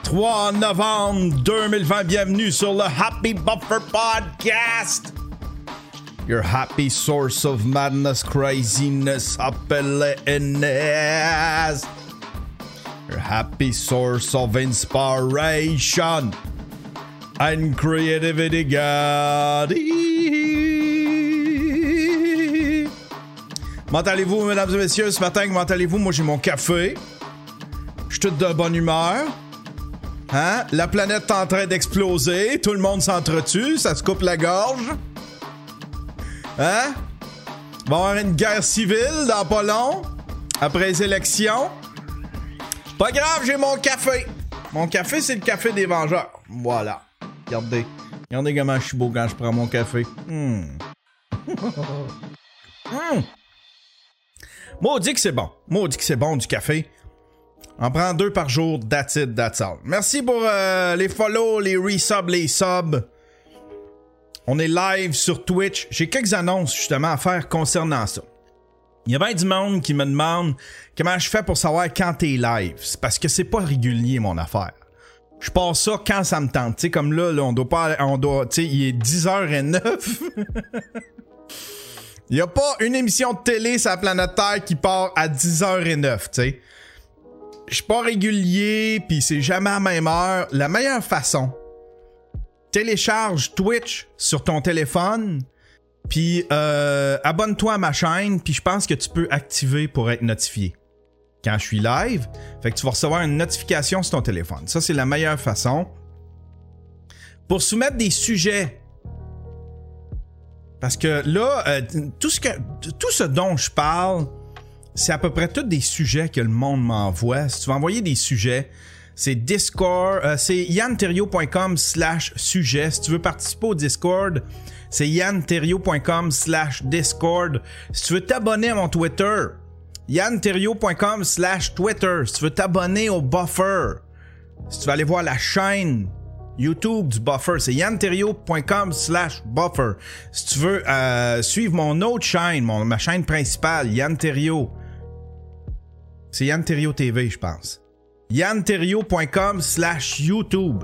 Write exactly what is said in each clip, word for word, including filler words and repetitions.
trois novembre deux mille vingt, bienvenue sur le Happy Buffer Podcast. Your happy source of madness, craziness, happiness. Your happy source of inspiration and creativity, God. Comment allez-vous, mesdames et messieurs, ce matin? Comment allez-vous? Moi, j'ai mon café. Je suis tout de bonne humeur. Hein? La planète est en train d'exploser. Tout le monde s'entretue. Ça se coupe la gorge. Hein? Il va y avoir une guerre civile dans pas long. Après les élections. Pas grave, j'ai mon café. Mon café, c'est le café des vengeurs. Voilà. Regardez. Regardez comment je suis beau quand je prends mon café. Hmm. hmm. Maudit que c'est bon. Maudit que c'est bon du café. On prend deux par jour. That's it, that's all. Merci pour euh, les follow, les resubs, les subs. On est live sur Twitch. J'ai quelques annonces justement à faire concernant ça. Il y a bien du monde qui me demande comment je fais pour savoir quand t'es live. C'est parce que c'est pas régulier mon affaire. Je passe ça quand ça me tente. Tu sais, comme là, là, on doit pas. On doit. Tu sais, il est dix heures zéro neuf. Il y a pas une émission de télé sur la planète Terre qui part à dix heures zéro neuf, tu sais. Je suis pas régulier, pis c'est jamais à la même heure. La meilleure façon, télécharge Twitch sur ton téléphone, puis euh, abonne-toi à ma chaîne, puis je pense que tu peux activer pour être notifié quand je suis live. Fait que tu vas recevoir une notification sur ton téléphone. Ça, c'est la meilleure façon. Pour soumettre des sujets, parce que là, euh, tout ce que, tout ce dont je parle, c'est à peu près tous des sujets que le monde m'envoie. Si tu veux envoyer des sujets, c'est Discord, euh, c'est yanterrio.com slash sujet. Si tu veux participer au Discord, c'est yanterrio.com slash Discord. Si tu veux t'abonner à mon Twitter, yanterrio.com slash Twitter. Si tu veux t'abonner au Buffer, si tu veux aller voir la chaîne YouTube du Buffer, c'est yanterrio.com slash Buffer. Si tu veux euh, suivre mon autre chaîne, mon, ma chaîne principale, Yanterio, c'est Yanterio T V, je pense. yanterrio.com slash YouTube.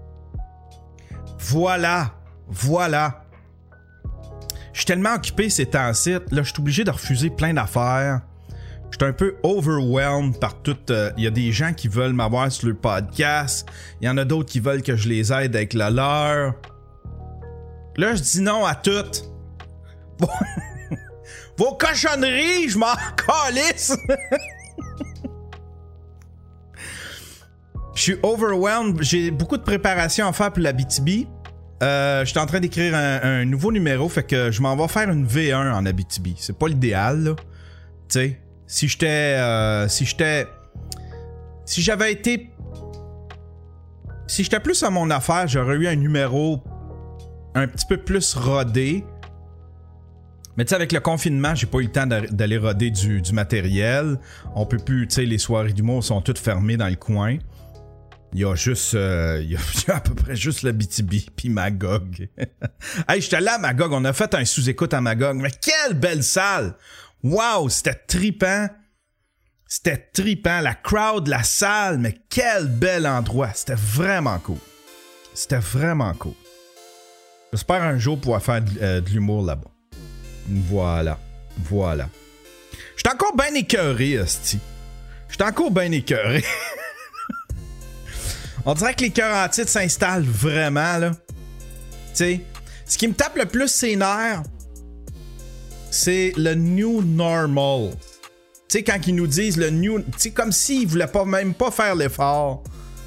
Voilà. Voilà. Je suis tellement occupé ces temps-ci. Là, je suis obligé de refuser plein d'affaires. Je suis un peu overwhelmed par tout. Il euh, y a des gens qui veulent m'avoir sur le podcast. Il y en a d'autres qui veulent que je les aide avec le leur. Là, je dis non à toutes. Vos cochonneries, je m'en calisse. Je suis overwhelmed. J'ai beaucoup de préparation à faire pour la B T B. Euh, je suis en train d'écrire un, un nouveau numéro, fait que je m'en vais faire une V un en Abitibi. C'est pas l'idéal, là. Tu sais, si j'étais... Euh, si j'étais... Si j'avais été... Si j'étais plus à mon affaire, j'aurais eu un numéro un petit peu plus rodé. Mais tu sais, avec le confinement, j'ai pas eu le temps d'aller roder du, du matériel. On peut plus... Tu sais, les soirées d'humour sont toutes fermées dans le coin. Il y a juste... Euh, il, y a, il y a à peu près juste la B T B puis Magog. Hey, j'étais là à Magog. On a fait un sous-écoute à Magog. Mais quelle belle salle! Wow! C'était trippant. C'était trippant. La crowd, la salle, mais quel bel endroit. C'était vraiment cool. C'était vraiment cool. J'espère un jour pouvoir faire de, euh, de l'humour là-bas. Voilà. Voilà. J'étais encore bien écœuré, hostie. J'étais encore bien écœuré. On dirait que les cœurs en titre s'installent vraiment, là. Tu sais, ce qui me tape le plus ses nerfs, c'est le new normal. Tu sais, quand ils nous disent le new... Tu sais, comme s'ils voulaient pas, même pas faire l'effort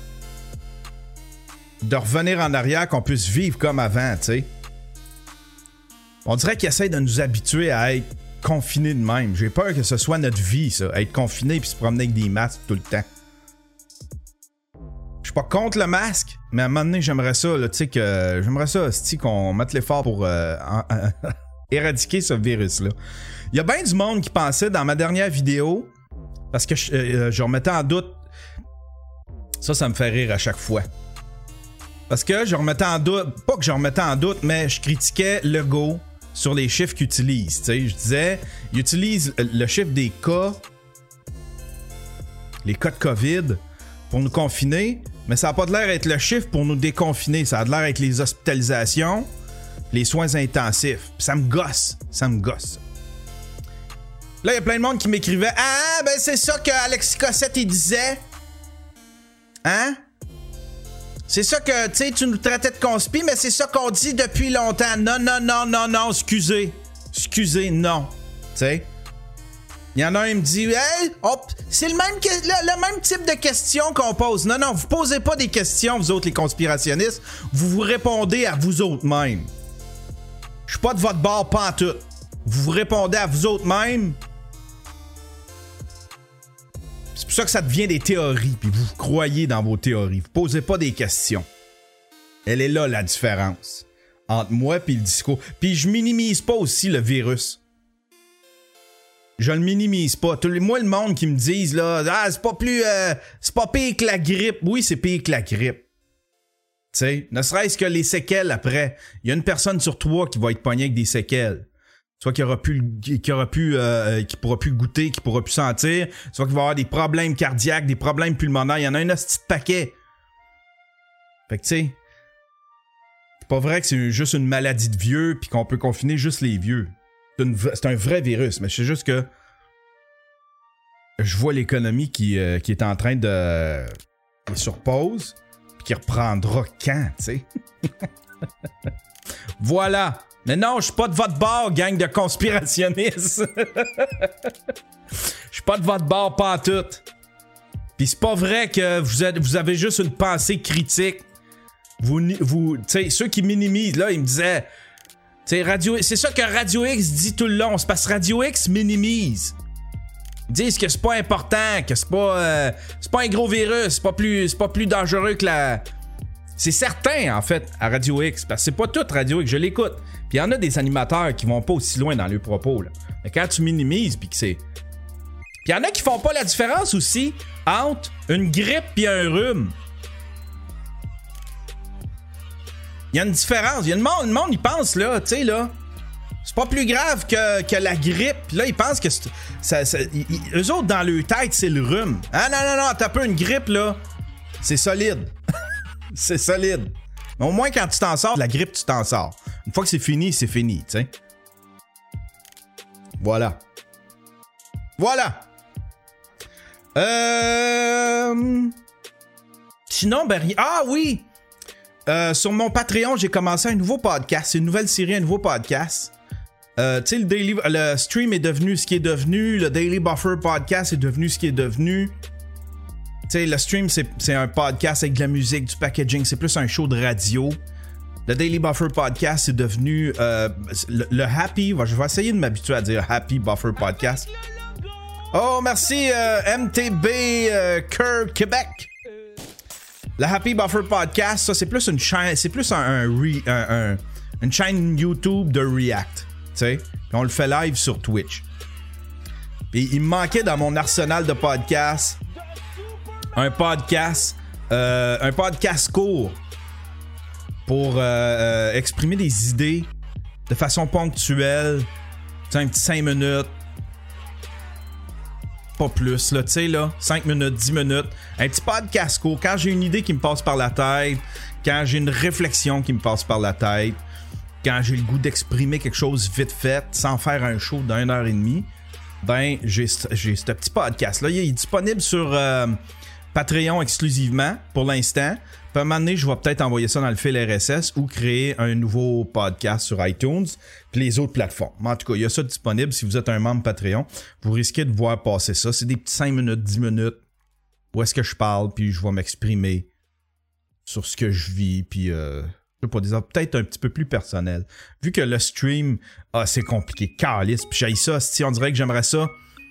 de revenir en arrière, qu'on puisse vivre comme avant, tu sais. On dirait qu'ils essayent de nous habituer à être confinés de même. J'ai peur que ce soit notre vie, ça. Être confiné puis se promener avec des masques tout le temps. Je suis pas contre le masque, mais à un moment donné, j'aimerais ça, tu sais, que j'aimerais ça, c'ti, qu'on mette l'effort pour euh, en, en, éradiquer ce virus-là. Il y a bien du monde qui pensait dans ma dernière vidéo, parce que je, euh, je remettais en doute. Ça, ça me fait rire à chaque fois. Parce que je remettais en doute, pas que je remettais en doute, mais je critiquais le go sur les chiffres qu'il utilise. Tu sais, je disais, il utilise le chiffre des cas, les cas de COVID, pour nous confiner, mais ça n'a pas de l'air d'être le chiffre pour nous déconfiner. Ça a de l'air d'être les hospitalisations, les soins intensifs. Puis ça me gosse. Ça me gosse. Là, il y a plein de monde qui m'écrivait « Ah, ben c'est ça que Alexis Cossette, il disait. Hein? C'est ça que, tu sais, tu nous traitais de conspi, mais c'est ça qu'on dit depuis longtemps. Non, non, non, non, non, excusez. Excusez, non. » Tu sais? Il y en a un qui me dit « Hey, hop, c'est le même, que, le, le même type de questions qu'on pose. » Non, non, vous posez pas des questions, vous autres, les conspirationnistes. Vous vous répondez à vous autres mêmes. Je suis pas de votre bord pantoute. Vous vous répondez à vous autres mêmes. C'est pour ça que ça devient des théories, puis vous croyez dans vos théories. Vous posez pas des questions. Elle est là, la différence entre moi et le discours. Puis je minimise pas aussi le virus. Je le minimise pas. Tout, moi, le monde qui me disent, là, ah, c'est pas plus... Euh, c'est pas pire que la grippe. Oui, c'est pire que la grippe. Tu sais, ne serait-ce que les séquelles après. Il y a une personne sur trois qui va être pognée avec des séquelles. Soit qui aura pu, qui aura pu, euh, qui pourra plus goûter, qui pourra plus sentir, soit qui va avoir des problèmes cardiaques, des problèmes pulmonaires. Il y en a un petit paquet. Fait que tu sais, c'est pas vrai que c'est juste une maladie de vieux puis qu'on peut confiner juste les vieux. C'est, une, c'est un vrai virus, mais c'est juste que je vois l'économie qui, euh, qui est en train de, qui est sur pause puis qui reprendra quand, tu sais. Voilà. Mais non, je suis pas de votre bord, gang de conspirationnistes. Je suis pas de votre bord pantoute. Pis c'est pas vrai que vous, êtes, vous avez juste une pensée critique. Vous, vous tu sais, ceux qui minimisent, là, ils me disaient, tu sais, Radio, c'est ça que Radio X dit tout le long. C'est parce que Radio X minimise. Ils disent que c'est pas important, que c'est pas, euh, c'est pas un gros virus, c'est pas plus, c'est pas plus dangereux que la. C'est certain, en fait, à Radio X, parce que c'est pas tout Radio X, je l'écoute. Puis il y en a des animateurs qui vont pas aussi loin dans leurs propos, là. Mais quand tu minimises, puis que c'est... Puis il y en a qui font pas la différence aussi entre une grippe et un rhume. Il y a une différence. Il y a le monde, le monde, il pense, là, tu sais, là, c'est pas plus grave que, que la grippe. Puis là, ils pensent que c'est... Ça, ça, ils, eux autres, dans leur tête, c'est le rhume. Ah non, non, non, t'as pas une grippe, là, c'est solide. C'est solide. Mais au moins, quand tu t'en sors, la grippe, tu t'en sors. Une fois que c'est fini, c'est fini, tu sais. Voilà. Voilà. Euh... Sinon, ben... Ah oui! Euh, sur mon Patreon, j'ai commencé un nouveau podcast. C'est une nouvelle série, un nouveau podcast. Euh, tu sais, le, daily... le stream est devenu ce qui est devenu. Le Daily Buffer Podcast est devenu ce qui est devenu. Tu sais, le stream, c'est, c'est un podcast avec de la musique, du packaging. C'est plus un show de radio. Le Daily Buffer Podcast, c'est devenu euh, le, le Happy... Je vais essayer de m'habituer à dire Happy Buffer Podcast. Oh, merci euh, M T B euh, Cœur Québec. Le Happy Buffer Podcast, ça, c'est plus une chaîne... C'est plus un, un, re, un, un une chaîne YouTube de React. Tu sais? Puis on le fait live sur Twitch. Puis il me manquait dans mon arsenal de podcasts... Un podcast, euh, un podcast court pour euh, euh, exprimer des idées de façon ponctuelle. Tu sais, un petit cinq minutes. Pas plus, là, tu sais, là, cinq minutes, dix minutes. Un petit podcast court. Quand j'ai une idée qui me passe par la tête, quand j'ai une réflexion qui me passe par la tête, quand j'ai le goût d'exprimer quelque chose vite fait, sans faire un show d'une heure et demie, ben, j'ai, j'ai ce petit podcast-là. Il est disponible sur... Euh, Patreon exclusivement pour l'instant. Puis à un moment donné, je vais peut-être envoyer ça dans le fil R S S ou créer un nouveau podcast sur iTunes puis les autres plateformes. Mais en tout cas, il y a ça disponible. Si vous êtes un membre Patreon, vous risquez de voir passer ça. C'est des petits cinq minutes, dix minutes où est-ce que je parle puis je vais m'exprimer sur ce que je vis puis euh, je sais pas, des peut-être un petit peu plus personnel. Vu que le stream, ah, c'est compliqué. Calice, puis j'haïs ça. Si on dirait que j'aimerais ça...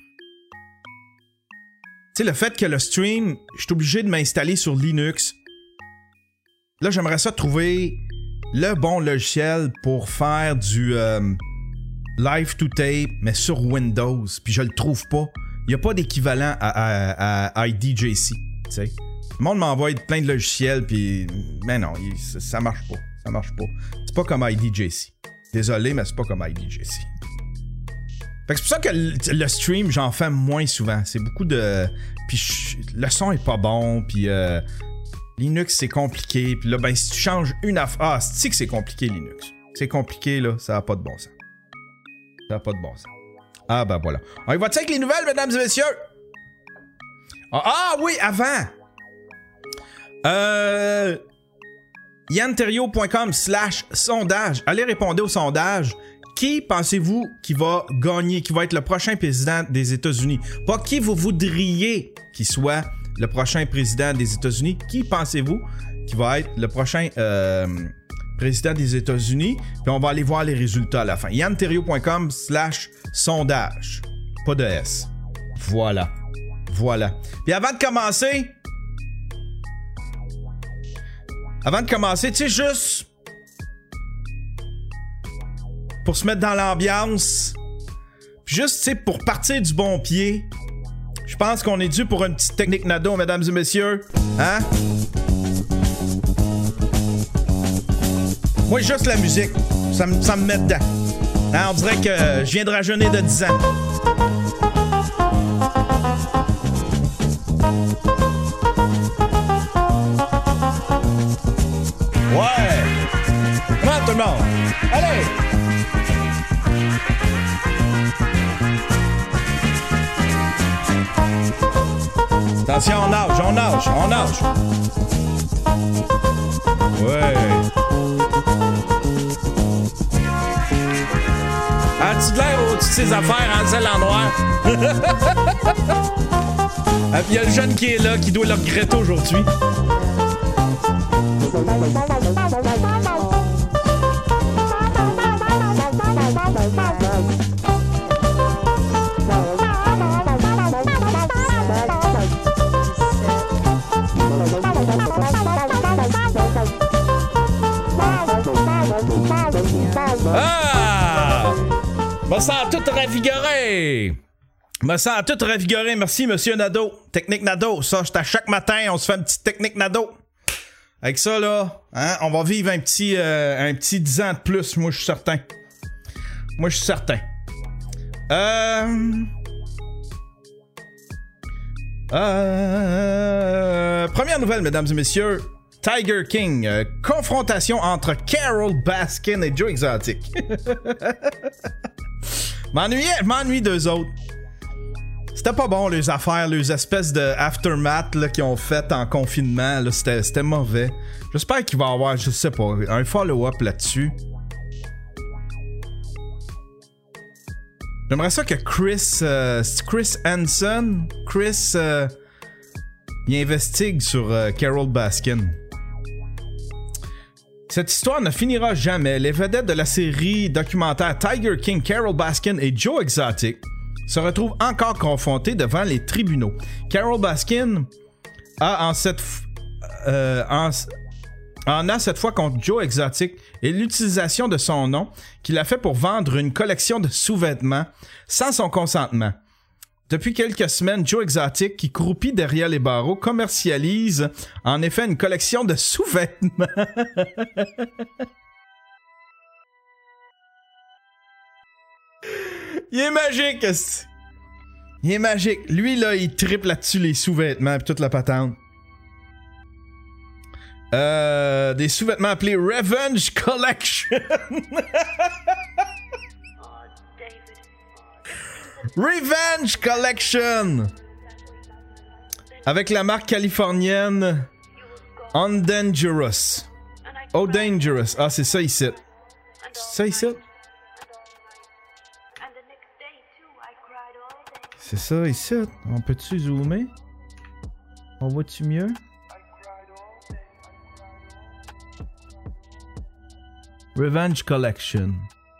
Tu sais, le fait que le stream, je suis obligé de m'installer sur Linux. Là, j'aimerais ça trouver le bon logiciel pour faire du euh, live to tape, mais sur Windows. Puis je le trouve pas. Il n'y a pas d'équivalent à, à, à I D J C. Tu sais. Le monde m'envoie plein de logiciels, puis... Mais non, il, ça, ça marche pas. Ça marche pas. C'est pas comme I D J C. Désolé, mais c'est pas comme I D J C. Fait que c'est pour ça que le, le stream, j'en fais moins souvent. C'est beaucoup de... Puis je, le son est pas bon, puis euh, Linux, c'est compliqué. Puis là, ben, si tu changes une affaire... Ah, c'est que c'est compliqué, Linux. C'est compliqué, là. Ça a pas de bon sens. Ça a pas de bon sens. Ah, ben voilà. On y va-tu avec les nouvelles, mesdames et messieurs? Ah, ah oui, avant! Euh... yanterio.com slash sondage. Allez répondre au sondage. Qui pensez-vous qui va gagner, qui va être le prochain président des États-Unis? Pas qui vous voudriez qu'il soit le prochain président des États-Unis. Qui pensez-vous qui va être le prochain euh, président des États-Unis? Puis on va aller voir les résultats à la fin. yanterio.com slash sondage. Pas de S. Voilà. Voilà. Puis avant de commencer... Avant de commencer, tu sais, juste... Pour se mettre dans l'ambiance. Puis juste, tu sais, pour partir du bon pied. Je pense qu'on est dû pour une petite technique Nadeau, mesdames et messieurs. Hein? Moi, juste la musique. Ça me, ça me met dedans. Hein, on dirait que je viens de rajeunir de dix ans. Ouais! Comment tout le monde? Allez! Attention, on nage, on nage, on nage. Ouais. As-tu de l'air au-dessus de ses affaires en zèle en noir? Ah, puis il y a le jeune qui est là, qui doit le regretter aujourd'hui. Ah! Me sens tout ravigoré! Me sens tout ravigoré. Merci, monsieur Nadeau. Technique Nadeau. Ça, c'est à chaque matin, on se fait une petite technique Nadeau. Avec ça, là, hein, on va vivre un petit, euh, un petit dix ans de plus. Moi, je suis certain. Moi, je suis certain. Euh... Euh... Première nouvelle, mesdames et messieurs. Tiger King. Euh, confrontation entre Carole Baskin et Joe Exotic. M'ennuyais, je m'ennuie d'eux autres. C'était pas bon, les affaires, les espèces de aftermath là, qu'ils ont fait en confinement. Là, c'était, c'était mauvais. J'espère qu'il va y avoir, je sais pas, un follow-up là-dessus. J'aimerais ça que Chris... Euh, Chris Hansen... Chris... Euh, il investigue sur euh, Carole Baskin. Cette histoire ne finira jamais. Les vedettes de la série documentaire Tiger King, Carole Baskin et Joe Exotic se retrouvent encore confrontés devant les tribunaux. Carole Baskin a en cette f- euh, en, en a cette fois contre Joe Exotic et l'utilisation de son nom qu'il a fait pour vendre une collection de sous-vêtements sans son consentement. Depuis quelques semaines, Joe Exotic, qui croupit derrière les barreaux, commercialise en effet une collection de sous-vêtements. Il est magique, est-ce... Il est magique. Lui, là, il triple là-dessus les sous-vêtements et toute la patente. Euh, des sous-vêtements appelés Revenge Collection. Revenge Collection. Avec la marque californienne Undangerous. Oh, Dangerous. Ah, c'est ça ici. C'est ça ici? C'est ça ici. On peut-tu zoomer? On voit-tu mieux? Revenge Collection.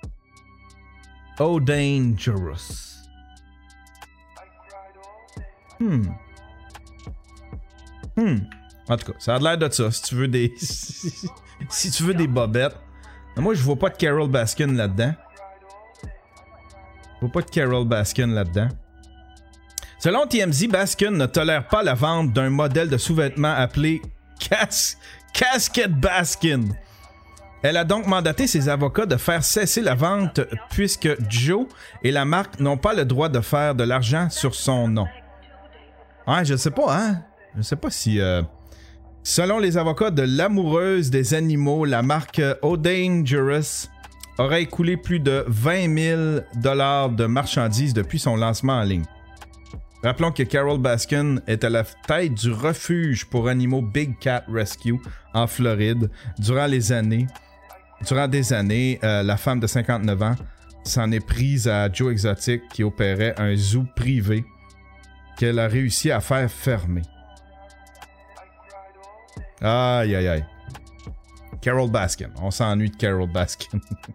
Oh, Dangerous. Hmm. Hmm. En tout cas, ça a l'air de ça. Si tu veux des... si tu veux des bobettes. Moi, je vois pas de Carole Baskin là-dedans. Je vois pas de Carole Baskin là-dedans. Selon T M Z, Baskin ne tolère pas la vente d'un modèle de sous-vêtements appelé Cas- Casket Baskin. Elle a donc mandaté ses avocats de faire cesser la vente puisque Joe et la marque n'ont pas le droit de faire de l'argent sur son nom. Ouais, je sais pas, hein? Je sais pas si... Euh... Selon les avocats de l'amoureuse des animaux, la marque Oh Dangerous aurait écoulé plus de vingt mille dollars de marchandises depuis son lancement en ligne. Rappelons que Carole Baskin est à la tête du refuge pour animaux Big Cat Rescue en Floride durant les années. Durant des années, euh, la femme de cinquante-neuf ans s'en est prise à Joe Exotic qui opérait un zoo privé qu'elle a réussi à faire fermer. Aïe aïe aïe. Carole Baskin. On s'ennuie de Carole Baskin.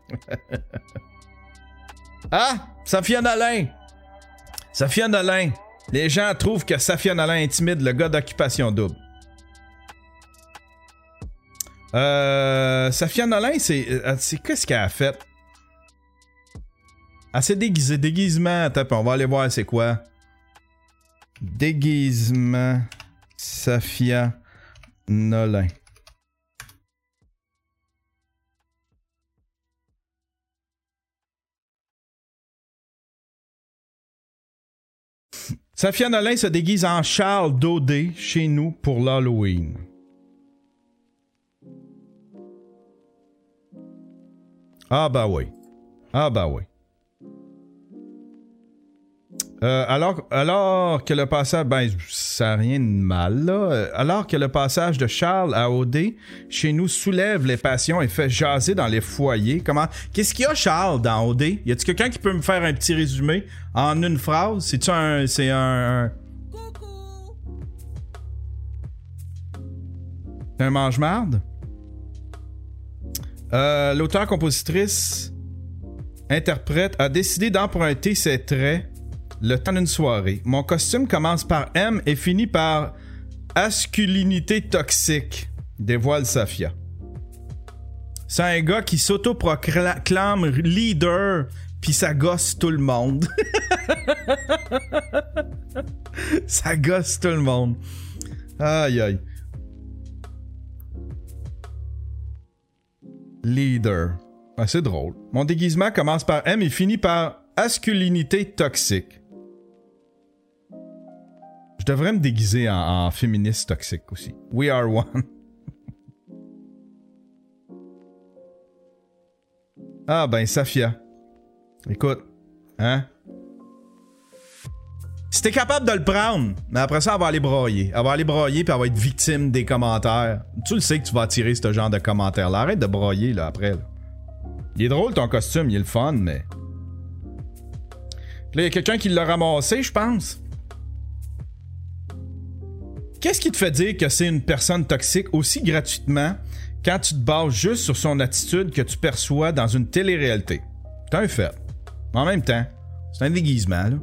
Ah! Safia Nolin! Safia Nolin! Les gens trouvent que Safia Nolin intimide le gars d'Occupation Double. Euh, Safia Nolin, c'est... c'est qu'est-ce qu'elle a fait? Elle s'est déguisée. Déguisement. Attends, on va aller voir c'est quoi. Déguisement. Safia Nolin. Safia Nolin se déguise en Charles Daudet chez nous pour l'Halloween. Ah bah oui. Ah bah oui. Euh, alors, alors que le passage... Ben, ça n'a rien de mal, là. Alors que le passage de Charles à O D chez nous soulève les passions et fait jaser dans les foyers. Comment... Qu'est-ce qu'il y a, Charles, dans O D? Y a-t-il quelqu'un qui peut me faire un petit résumé en une phrase? C'est-tu un... C'est un... un... Coucou! C'est un mange-marde? Euh, l'auteur-compositrice interprète a décidé d'emprunter ses traits le temps d'une soirée. Mon costume commence par M et finit par masculinité toxique, dévoile Safia. C'est un gars qui s'autoproclame leader pis ça gosse tout le monde. Ça gosse tout le monde. Aïe aïe. Leader. Ah, c'est drôle. Mon déguisement commence par M et finit par masculinité toxique. Je devrais me déguiser en, en féministe toxique aussi. We are one. Ah ben, Safia. Écoute, hein? Si t'es capable de le prendre, mais après ça, elle va aller broyer. Elle va aller broyer puis elle va être victime des commentaires. Tu le sais que tu vas attirer ce genre de commentaires-là. Arrête de broyer, là, après. Là. Il est drôle, ton costume, il est le fun, mais... Puis là, il y a quelqu'un qui l'a ramassé, je pense. Qu'est-ce qui te fait dire que c'est une personne toxique aussi gratuitement quand tu te bases juste sur son attitude que tu perçois dans une télé-réalité? C'est un fait. En même temps, c'est un déguisement, là.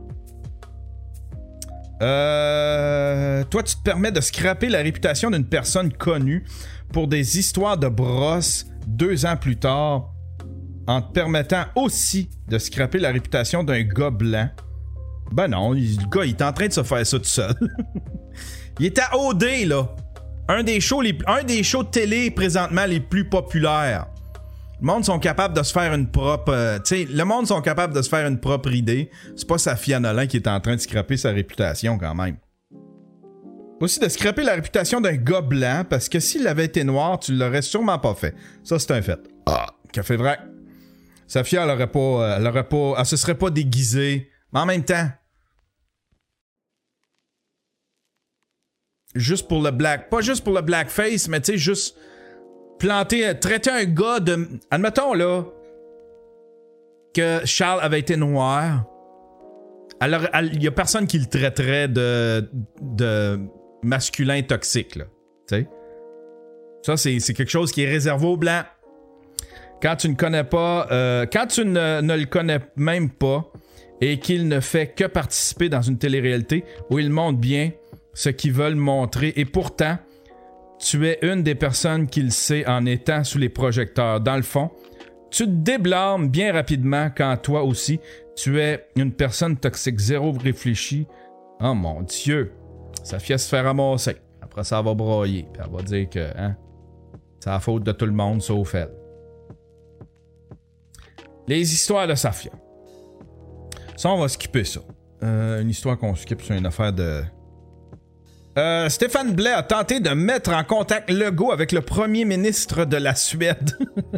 Euh, toi, tu te permets de scraper la réputation d'une personne connue pour des histoires de brosse deux ans plus tard en te permettant aussi de scraper la réputation d'un gars blanc. Ben non, il, le gars, il est en train de se faire ça tout seul. Il est à O D, là. Un des shows, les, un des shows de télé présentement les plus populaires. Le monde sont capables de se faire une propre... Euh, tu sais, le monde sont capables de se faire une propre idée. C'est pas Safia Nolin qui est en train de scraper sa réputation, quand même. Aussi de scraper la réputation d'un gars blanc, parce que s'il avait été noir, tu l'aurais sûrement pas fait. Ça, c'est un fait. Ah, café vrac. Safia, elle aurait pas... Elle aurait pas... Elle se serait pas déguisée. Mais en même temps... Juste pour le black... Pas juste pour le blackface, mais tu sais, juste... Planter... Traiter un gars de... Admettons, là... Que Charles avait été noir. Alors, il y a personne qui le traiterait de... De... masculin toxique, là. Tu sais? Ça, c'est, c'est quelque chose qui est réservé aux blancs. Quand tu ne connais pas... Euh, quand tu ne, ne le connais même pas et qu'il ne fait que participer dans une télé-réalité où il montre bien ce qu'ils veulent montrer et pourtant, tu es une des personnes qui le sait en étant sous les projecteurs. Dans le fond, tu te déblâmes bien rapidement quand toi aussi, tu es une personne toxique, zéro réfléchi. Oh mon Dieu! Safia se fait ramasser. Après ça, elle va broyer. Puis elle va dire que hein, c'est la faute de tout le monde sauf elle. Les histoires de Safia. Ça, on va skipper ça. Euh, une histoire qu'on skip sur une affaire de... Euh, Stéphane Blais a tenté de mettre en contact Legault avec le premier ministre de la Suède.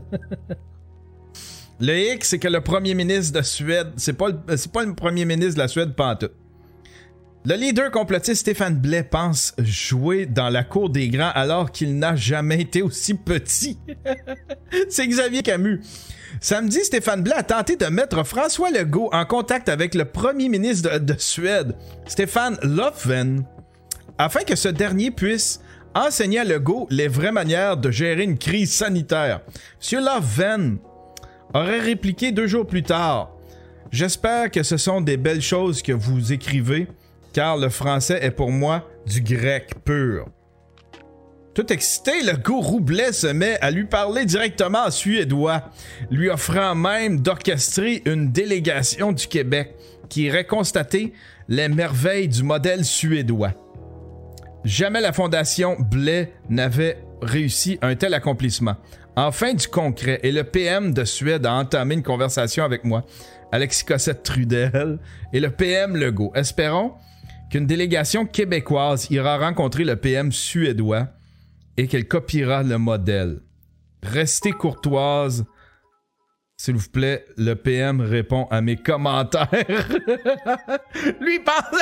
Le hic, c'est que le premier ministre de Suède, c'est pas le, c'est pas le premier ministre de la Suède pantoute. Le leader complotiste Stéphane Blais pense jouer dans la cour des grands alors qu'il n'a jamais été aussi petit. C'est Xavier Camus. Samedi, Stéphane Blais a tenté de mettre François Legault en contact avec le premier ministre de, de Suède, Stefan Löfven, afin que ce dernier puisse enseigner à Legault les vraies manières de gérer une crise sanitaire. Monsieur Löfven aurait répliqué deux jours plus tard. J'espère que ce sont des belles choses que vous écrivez, car le français est pour moi du grec pur. Tout excité, le gourou Blais se met à lui parler directement en suédois, lui offrant même d'orchestrer une délégation du Québec qui irait constater les merveilles du modèle suédois. Jamais la fondation Blais n'avait réussi un tel accomplissement. Enfin du concret, et le P M de Suède a entamé une conversation avec moi, Alexis Cossette-Trudel, et le P M Legault. Espérons qu'une délégation québécoise ira rencontrer le P M suédois et qu'elle copiera le modèle. Restez courtoise. S'il vous plaît, le P M répond à mes commentaires. Lui parle...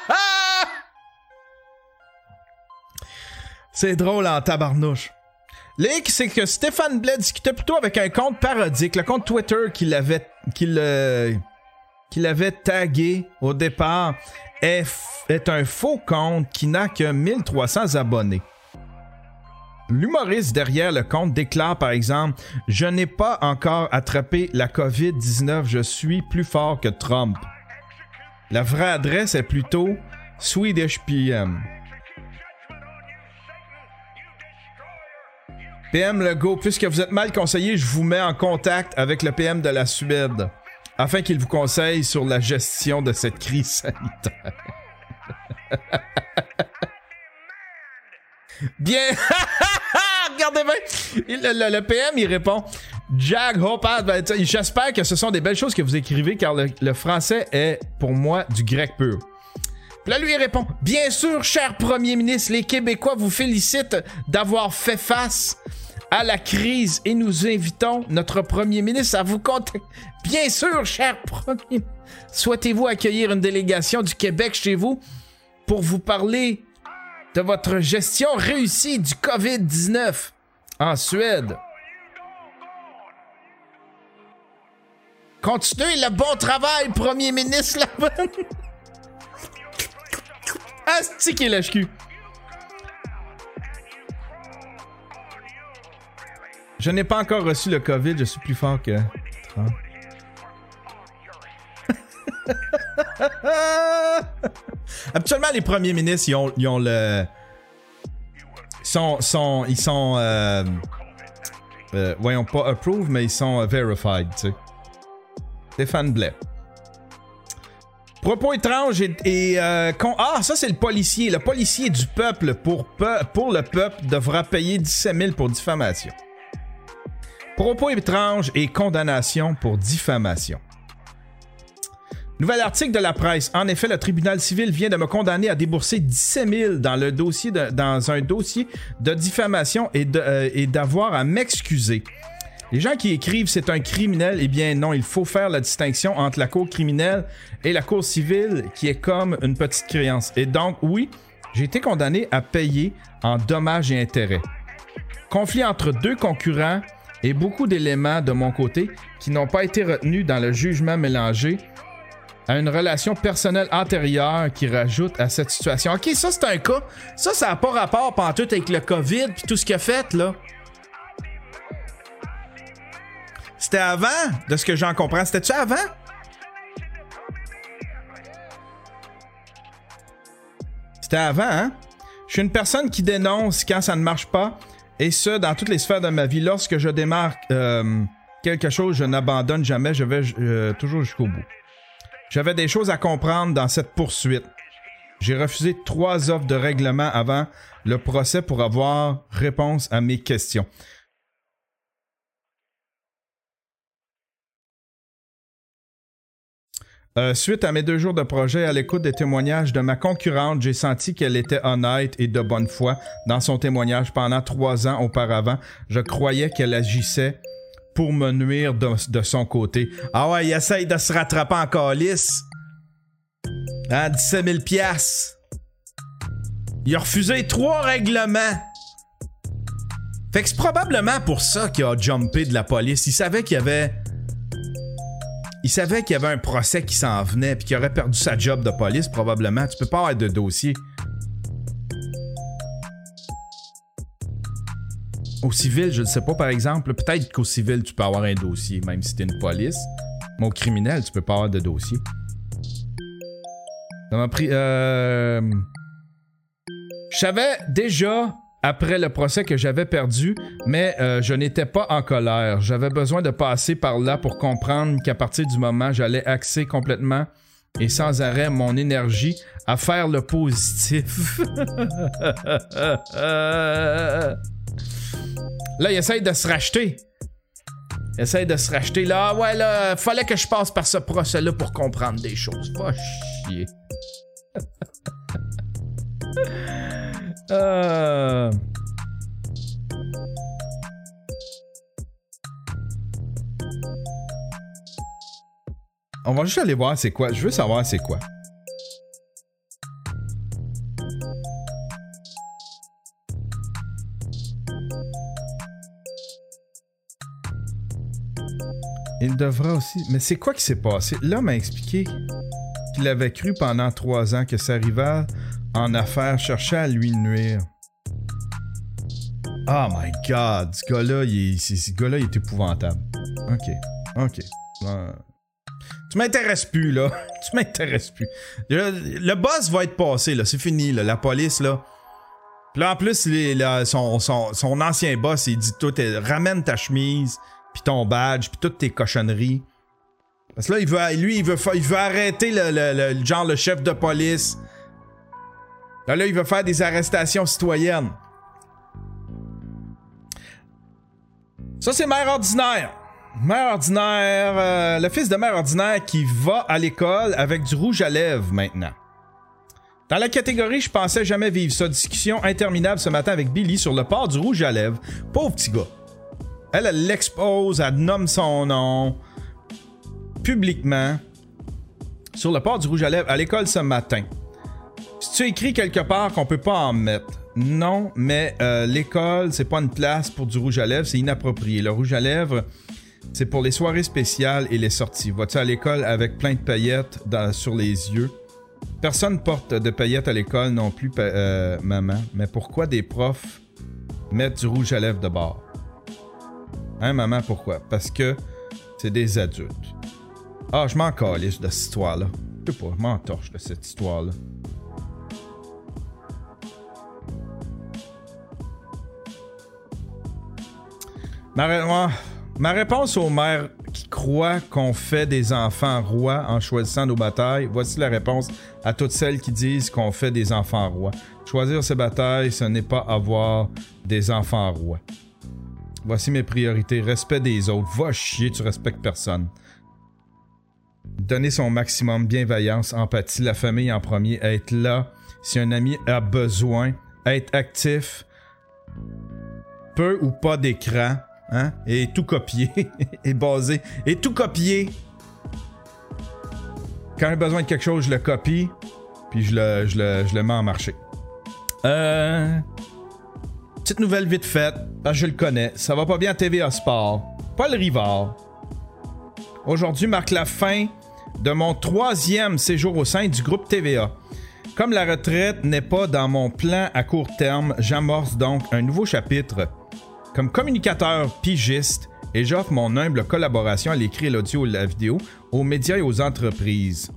C'est drôle en tabarnouche. L'hic, c'est que Stéphane Blais discutait plutôt avec un compte parodique, le compte Twitter qu'il avait, qu'il, euh, qu'il avait tagué au départ est, f- est un faux compte qui n'a que mille trois cents abonnés. L'humoriste derrière le compte déclare par exemple « Je n'ai pas encore attrapé la covid dix-neuf, je suis plus fort que Trump ». La vraie adresse est plutôt Swedish P M. P M Legault, puisque vous êtes mal conseillé, je vous mets en contact avec le P M de la Suède afin qu'il vous conseille sur la gestion de cette crise sanitaire. Bien. Regardez bien. Le, le, le P M, il répond Jack Hopard, ben, j'espère que ce sont des belles choses que vous écrivez car le, le français est pour moi du grec pur. Puis là, lui, il répond bien sûr, cher premier ministre, les Québécois vous félicitent d'avoir fait face à la crise et nous invitons notre premier ministre à vous contacter. Bien sûr, cher premier. Souhaitez-vous accueillir une délégation du Québec chez vous pour vous parler de votre gestion réussie du covid dix-neuf en Suède? Continuez le bon travail, premier ministre là-bas. Asti qui est lâche-cul. Je n'ai pas encore reçu le COVID, je suis plus fort que Trump. Habituellement, les premiers ministres, ils ont, ils ont le... Ils sont... sont ils sont... Euh, euh, voyons pas approved, mais ils sont uh, verified, tu sais. Stéphane Blais. Propos étranges et... et euh, con... Ah, ça, c'est le policier. Le policier du peuple pour, peu... pour le peuple devra payer dix-sept mille pour diffamation. Propos étranges et condamnation pour diffamation. Nouvel article de la presse. En effet, le tribunal civil vient de me condamner à débourser dix-sept mille dans, le dossier de, dans un dossier de diffamation et, de, euh, et d'avoir à m'excuser. Les gens qui écrivent « c'est un criminel », eh bien non, il faut faire la distinction entre la cour criminelle et la cour civile qui est comme une petite créance. Et donc, oui, j'ai été condamné à payer en dommages et intérêts. Conflit entre deux concurrents et beaucoup d'éléments de mon côté qui n'ont pas été retenus dans le jugement mélangé à une relation personnelle antérieure qui rajoute à cette situation. Ok, ça c'est un cas. Ça, ça n'a pas rapport pantoute avec le COVID puis tout ce qu'il a fait, là. C'était avant, de ce que j'en comprends. C'était-tu avant? C'était avant, hein? Je suis une personne qui dénonce quand ça ne marche pas, et ce, dans toutes les sphères de ma vie. Lorsque je démarre euh, quelque chose, je n'abandonne jamais, je vais euh, toujours jusqu'au bout. J'avais des choses à comprendre dans cette poursuite. J'ai refusé trois offres de règlement avant le procès pour avoir réponse à mes questions. Euh, suite à mes deux jours de projet, à l'écoute des témoignages de ma concurrente, j'ai senti qu'elle était honnête et de bonne foi dans son témoignage pendant trois ans auparavant. Je croyais qu'elle agissait pour me nuire de, de son côté. Ah ouais, il essaye de se rattraper en calice. Hein, dix-sept mille piastres. Il a refusé trois règlements. Fait que c'est probablement pour ça qu'il a jumpé de la police. Il savait qu'il y avait... Il savait qu'il y avait un procès qui s'en venait puis qu'il aurait perdu sa job de police, probablement. Tu peux pas avoir de dossier. Au civil, je ne sais pas, par exemple. Peut-être qu'au civil, tu peux avoir un dossier, même si t'es une police. Mais au criminel, tu peux pas avoir de dossier. Ça m'a pris... Euh... Je savais déjà... après le procès que j'avais perdu, mais euh, je n'étais pas en colère. J'avais besoin de passer par là pour comprendre qu'à partir du moment, j'allais axer complètement et sans arrêt mon énergie à faire le positif. Là, il essaye de se racheter. Il essaye de se racheter. Là, ouais, là, fallait que je passe par ce procès-là pour comprendre des choses. Va chier. Euh... On va juste aller voir c'est quoi. Je veux savoir c'est quoi. Il devra aussi... Mais c'est quoi qui s'est passé? L'homme a expliqué qu'il avait cru pendant trois ans que sa rivale en affaires cherchait à lui nuire. Oh my god, ce gars-là, il est, ce gars-là, il est épouvantable. Ok, ok. Euh... Tu m'intéresses plus, là. Tu m'intéresses plus. Le, le boss va être passé, là. C'est fini, là. La police, là. Puis là, en plus, les, là, son, son, son ancien boss, il dit tout, ramène ta chemise, puis ton badge, puis toutes tes cochonneries. Parce que là, il veut, lui, il veut, il veut arrêter le, le, le, genre le chef de police. Là, là, il veut faire des arrestations citoyennes. Ça, c'est Mère Ordinaire. Mère Ordinaire, euh, le fils de Mère Ordinaire qui va à l'école avec du rouge à lèvres maintenant. Dans la catégorie « Je pensais jamais vivre ça », discussion interminable ce matin avec Billy sur le port du rouge à lèvres. Pauvre petit gars. Elle, elle l'expose, elle nomme son nom publiquement sur le port du rouge à lèvres à l'école ce matin. Si tu écris quelque part qu'on peut pas en mettre, non, mais euh, l'école, c'est pas une place pour du rouge à lèvres, c'est inapproprié. Le rouge à lèvres, c'est pour les soirées spéciales et les sorties. Vas-tu à l'école avec plein de paillettes dans, sur les yeux? Personne porte de paillettes à l'école non plus, pa- euh, maman. Mais pourquoi des profs mettent du rouge à lèvres de bord? Hein, maman, pourquoi? Parce que c'est des adultes. Ah, je m'en calisse de cette histoire-là. Je sais pas, je m'en torche de cette histoire-là. Ma, ré- Ma réponse aux mères qui croient qu'on fait des enfants rois en choisissant nos batailles, voici la réponse à toutes celles qui disent qu'on fait des enfants rois. Choisir ses batailles, ce n'est pas avoir des enfants rois. Voici mes priorités. Respect des autres. Va chier, tu respectes personne. Donner son maximum, bienveillance, empathie, la famille en premier, être là si un ami a besoin, être actif, peu ou pas d'écran, hein, et tout copier, et baser, et tout copier. Quand j'ai besoin de quelque chose, je le copie, puis je le, je le, je le mets en marché. Euh... Petite nouvelle vite faite, parce que je le connais. Ça va pas bien à T V A Sport. Paul Rivard. Aujourd'hui marque la fin de mon troisième séjour au sein du groupe T V A. Comme la retraite n'est pas dans mon plan à court terme, j'amorce donc un nouveau chapitre comme communicateur pigiste et j'offre mon humble collaboration à l'écrit, à l'audio et la vidéo aux médias et aux entreprises.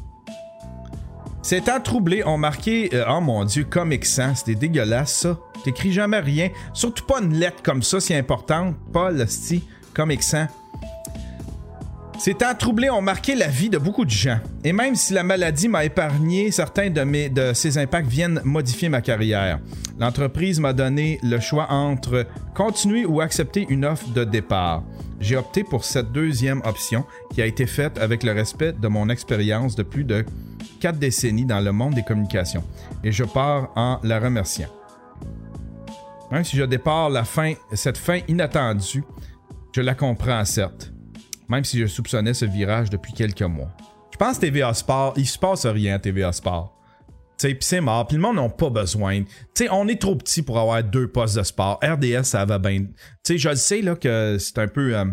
Ces temps troublés ont marqué... Euh, oh mon Dieu, Comic Sans, c'était dégueulasse ça. T'écris jamais rien. Surtout pas une lettre comme ça si importante. Paul, sti, Comic Sans. Ces temps troublés ont marqué la vie de beaucoup de gens. Et même si la maladie m'a épargné, certains de, mes, de ces impacts viennent modifier ma carrière. L'entreprise m'a donné le choix entre continuer ou accepter une offre de départ. J'ai opté pour cette deuxième option qui a été faite avec le respect de mon expérience de plus de quatre décennies dans le monde des communications. Et je pars en la remerciant. Même si je dépare la fin, cette fin inattendue, je la comprends certes. Même si je soupçonnais ce virage depuis quelques mois. Je pense que T V A Sport, il se passe rien à T V A Sport. Tu sais, pis c'est mort, pis le monde n'a pas besoin. Tu sais, on est trop petit pour avoir deux postes de sport. R D S, ça va bien. Tu sais, je le sais, là, que c'est un peu... Euh...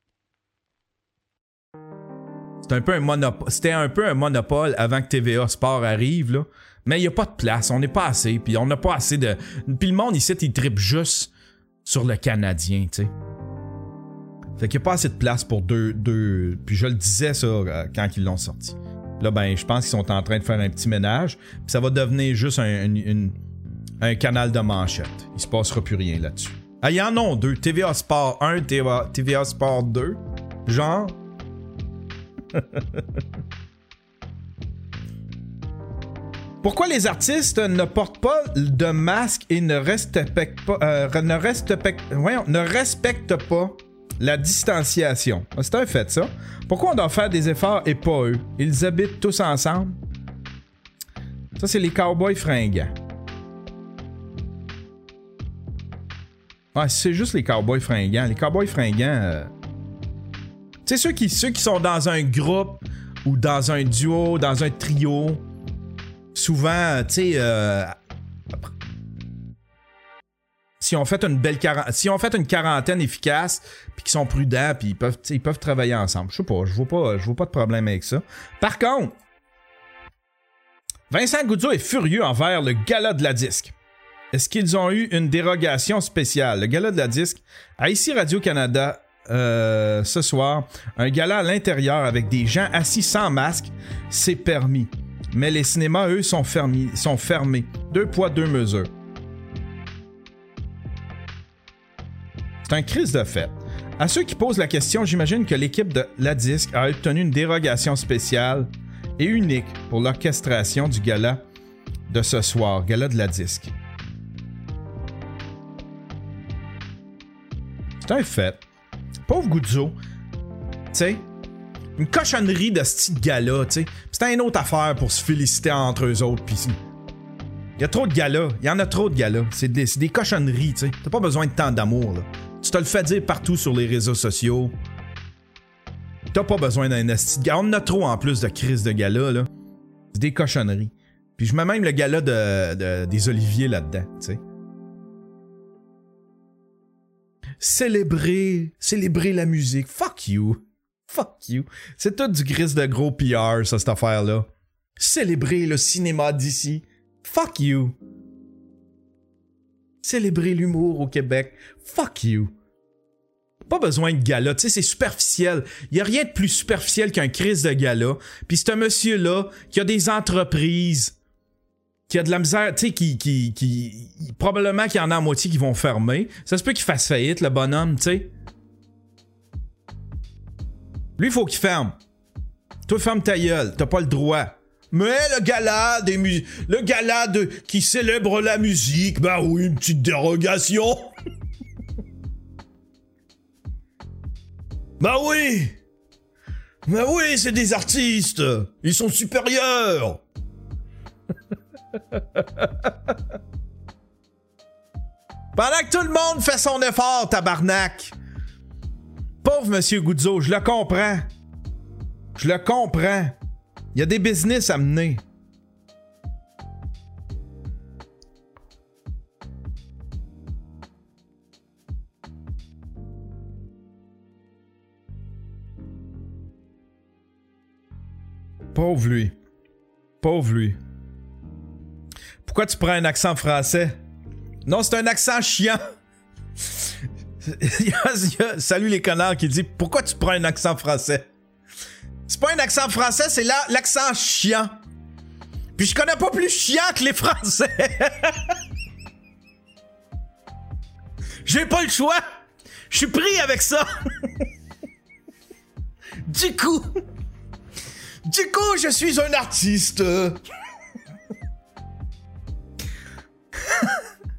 C'est un peu un monopole. C'était un peu un monopole avant que T V A Sport arrive, là. Mais il n'y a pas de place, on n'est pas assez, puis on n'a pas assez de... Puis le monde ici, il trippe juste sur le Canadien, tu sais. Fait qu'il n'y a pas assez de place pour deux, deux... Puis je le disais, ça, quand ils l'ont sorti. Là, ben, je pense qu'ils sont en train de faire un petit ménage, puis ça va devenir juste un, un, un, un canal de manchette. Il se passera plus rien là-dessus. Ah, il y en a deux. T V A Sport un, T V A, T V A Sport deux. Genre... Pourquoi les artistes ne portent pas de masque et ne respectent pas, euh, ne respectent, voyons, ne respectent pas la distanciation? C'est un fait, ça. Pourquoi on doit faire des efforts et pas eux? Ils habitent tous ensemble. Ça, c'est les cowboys fringants. Ah, c'est juste les cowboys fringants. Les cowboys fringants... Euh... Tu sais, ceux qui, ceux qui sont dans un groupe ou dans un duo, dans un trio... Souvent, tu sais, euh, si on fait une belle quarantaine, si on fait une quarantaine efficace, puis qu'ils sont prudents, puis ils peuvent, ils peuvent travailler ensemble. Je sais pas, je vois pas, je vois pas de problème avec ça. Par contre, Vincent Goudzot est furieux envers le gala de la disque. Est-ce qu'ils ont eu une dérogation spéciale? Le gala de la disque, à ici Radio-Canada, euh, ce soir, un gala à l'intérieur avec des gens assis sans masque, c'est permis. Mais les cinémas, eux, sont fermés. Sont fermés. Deux poids, deux mesures. C'est un crise de fête. À ceux qui posent la question, j'imagine que l'équipe de La Disque a obtenu une dérogation spéciale et unique pour l'orchestration du gala de ce soir, gala de La Disque. C'est un fait. Pauvre Goudzot. Tu sais... Une cochonnerie de ce petit gala, tu sais. C'est une autre affaire pour se féliciter entre eux autres. Pis il y a trop de galas. Il y en a trop de galas. C'est des, c'est des cochonneries, tu sais. T'as pas besoin de tant d'amour, là. Tu te le fais dire partout sur les réseaux sociaux. T'as pas besoin d'un esti de gala. On en a trop en plus de crise de gala, là. C'est des cochonneries. Puis je mets même le gala de, de, des Oliviers là-dedans, tu sais. Célébrer, célébrer la musique. Fuck you. Fuck you. C'est tout du gris de gros P R, ça, cette affaire-là. Célébrer le cinéma d'ici. Fuck you. Célébrer l'humour au Québec. Fuck you. Pas besoin de gala, tu sais, c'est superficiel. Y a rien de plus superficiel qu'un crise de gala. Puis c'est un monsieur-là qui a des entreprises, qui a de la misère, tu sais, qui, qui, qui... Probablement qu'il y en a à moitié qui vont fermer. Ça se peut qu'il fasse faillite, le bonhomme, tu sais. Lui, il faut qu'il ferme. Toi, ferme ta gueule. T'as pas le droit. Mais le gala des mus... Le gala de... qui célèbre la musique, bah oui, une petite dérogation. Bah oui. Bah oui, c'est des artistes. Ils sont supérieurs. Pendant que tout le monde fait son effort, tabarnak. Pauvre Monsieur Goudzot, je le comprends. Je le comprends. Il y a des business à mener. Pauvre lui. Pauvre lui. Pourquoi tu prends un accent français? Non, c'est un accent chiant. il y a, il y a, salut les connards qui dit pourquoi tu prends un accent français? C'est pas un accent français, c'est là l'accent chiant. Puis je connais pas plus chiant que les Français. J'ai pas le choix. Je suis pris avec ça. Du coup, du coup, je suis un artiste.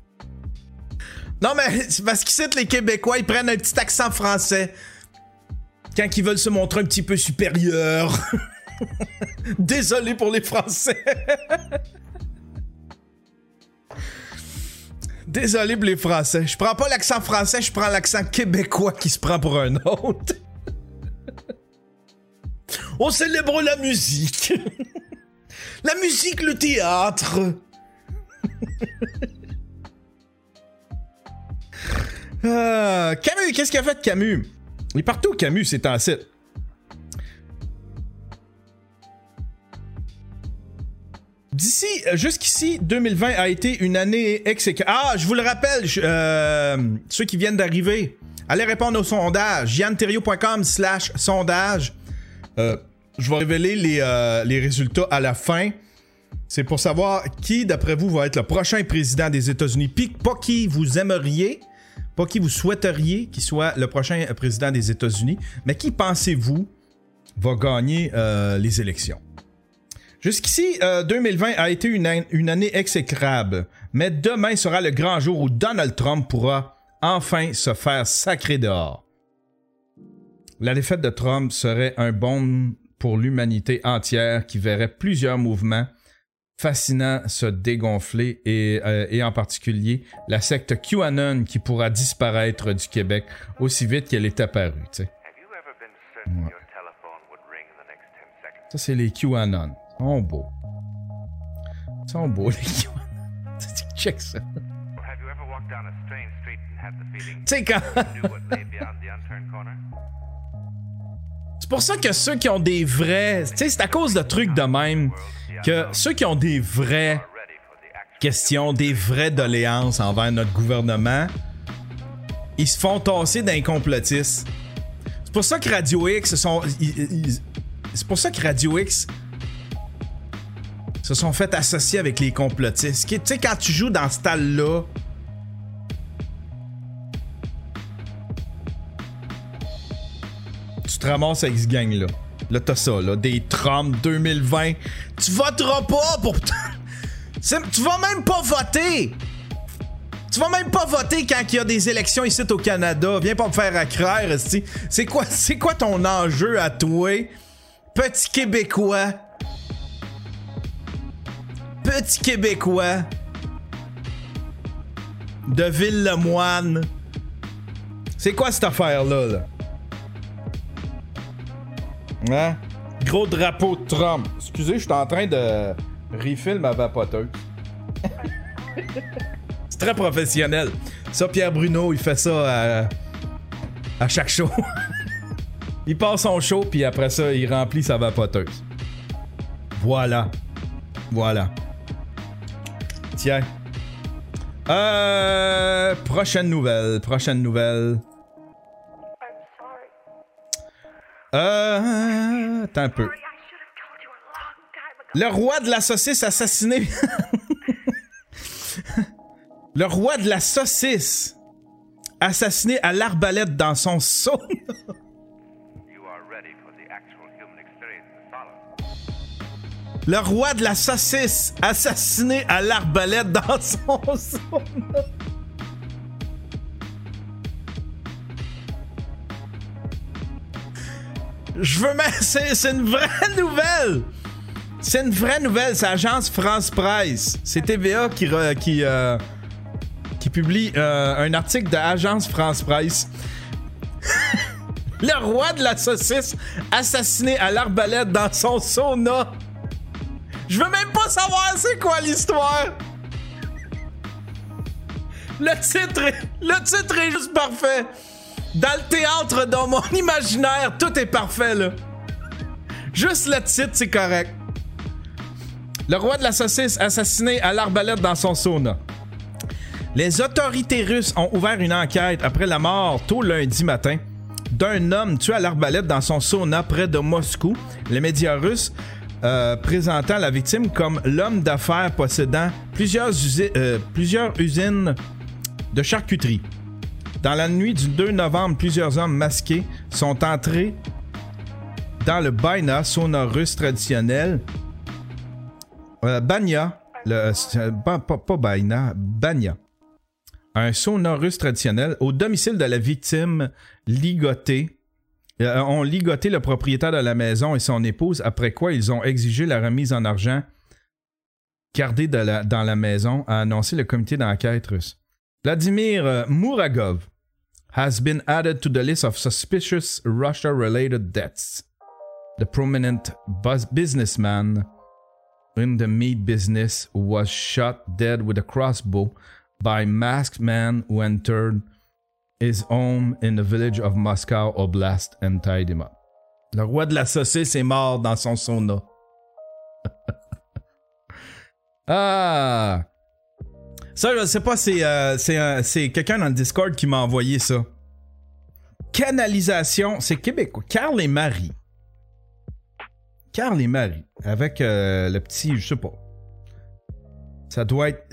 Non, mais c'est parce qu'ici, les Québécois, ils prennent un petit accent français. Quand ils veulent se montrer un petit peu supérieurs. Désolé pour les Français. Désolé pour les Français. Je prends pas l'accent français, je prends l'accent québécois qui se prend pour un autre. On célèbre la musique. La musique, le théâtre. euh, Camus, qu'est-ce qu'il a fait Camus? Il est partout Camus, c'est un site. D'ici, jusqu'ici, deux mille vingt a été une année exécrable. Ah, je vous le rappelle, je, euh, ceux qui viennent d'arriver, allez répondre au sondage. yann-terriot point com slash sondage. Euh, je vais révéler les, euh, les résultats à la fin. C'est pour savoir qui, d'après vous, va être le prochain président des États-Unis. Puis pas qui vous aimeriez, pas qui vous souhaiteriez qu'il soit le prochain président des États-Unis, mais qui pensez-vous va gagner euh, les élections. Jusqu'ici, euh, deux mille vingt a été une, an- une année exécrable, mais demain sera le grand jour où Donald Trump pourra enfin se faire sacrer dehors. La défaite de Trump serait un baume pour l'humanité entière qui verrait plusieurs mouvements fascinants se dégonfler et, euh, et en particulier la secte QAnon qui pourra disparaître du Québec aussi vite qu'elle est apparue. Tu sais. Ouais. Ça, c'est les QAnon. Ils sont beaux. Ils sont beaux, les QAnon. Check ça. Tu sais, quand... C'est pour ça que ceux qui ont des vrais... Tu sais, c'est à cause de trucs de même que ceux qui ont des vraies questions, des vraies doléances envers notre gouvernement, ils se font tasser d'un complotiste. C'est pour ça que Radio X se sont... Ils, ils, c'est pour ça que Radio X se sont fait associer avec les complotistes. Tu sais, quand tu joues dans ce style-là, tu te ramasses avec ce gang-là. Là, t'as ça, là, des Trump deux mille vingt. Tu voteras pas pour... Tu vas même pas voter! Tu vas même pas voter quand il y a des élections ici au Canada. Viens pas me faire accraire, esti. C'est quoi, c'est quoi ton enjeu à toi? Petit Québécois. Petit Québécois. De Ville-le-Moine. C'est quoi cette affaire-là, là? Hein? Gros drapeau de Trump. Excusez, je suis en train de refill ma vapoteuse. C'est très professionnel. Ça, Pierre Bruno, il fait ça à, à chaque show. Il passe son show, puis après ça, il remplit sa vapoteuse. Voilà. Voilà. Tiens. Euh... Prochaine nouvelle. Prochaine nouvelle. Euh... Attends un peu. Le roi de la saucisse assassiné... Le roi de la saucisse assassiné à l'arbalète dans son sauna. Le roi de la saucisse assassiné à l'arbalète dans son sauna. Je veux même... C'est, c'est une vraie nouvelle. C'est une vraie nouvelle. C'est l'agence France Presse. C'est T V A qui... Re, qui euh, qui publie euh, un article de l'agence France Presse. Le roi de la saucisse assassiné à l'arbalète dans son sauna. Je veux même pas savoir c'est quoi l'histoire. Le titre est, le titre est juste parfait. Dans le théâtre, dans mon imaginaire, tout est parfait, là. Juste le titre, c'est correct. Le roi de la saucisse assassiné à l'arbalète dans son sauna. Les autorités russes ont ouvert une enquête après la mort, tôt lundi matin, d'un homme tué à l'arbalète dans son sauna près de Moscou. Les médias russes euh, présentant la victime comme l'homme d'affaires possédant plusieurs, usi- euh, plusieurs usines de charcuterie. Dans la nuit du deux novembre, plusieurs hommes masqués sont entrés dans le Baïna, sauna russe traditionnel. Euh, Banya, le, euh, pas, pas, pas Baïna, Banya. un sauna russe traditionnel au domicile de la victime ligotée. Euh, ont ligoté le propriétaire de la maison et son épouse, après quoi ils ont exigé la remise en argent gardée de la, dans la maison, a annoncé le comité d'enquête russe. Vladimir Muragov has been added to the list of suspicious Russia-related deaths. The prominent buzz businessman in the meat business was shot dead with a crossbow by masked man who entered his home in the village of Moscow Oblast and tied him up. Le roi de la saucisse est mort dans son sauna. Ah! Ça, je sais pas, c'est, euh, c'est, euh, c'est quelqu'un dans le Discord qui m'a envoyé ça. Canalisation, c'est québécois. Carl et Marie. Carl et Marie. Avec euh, le petit, je sais pas. Ça doit être...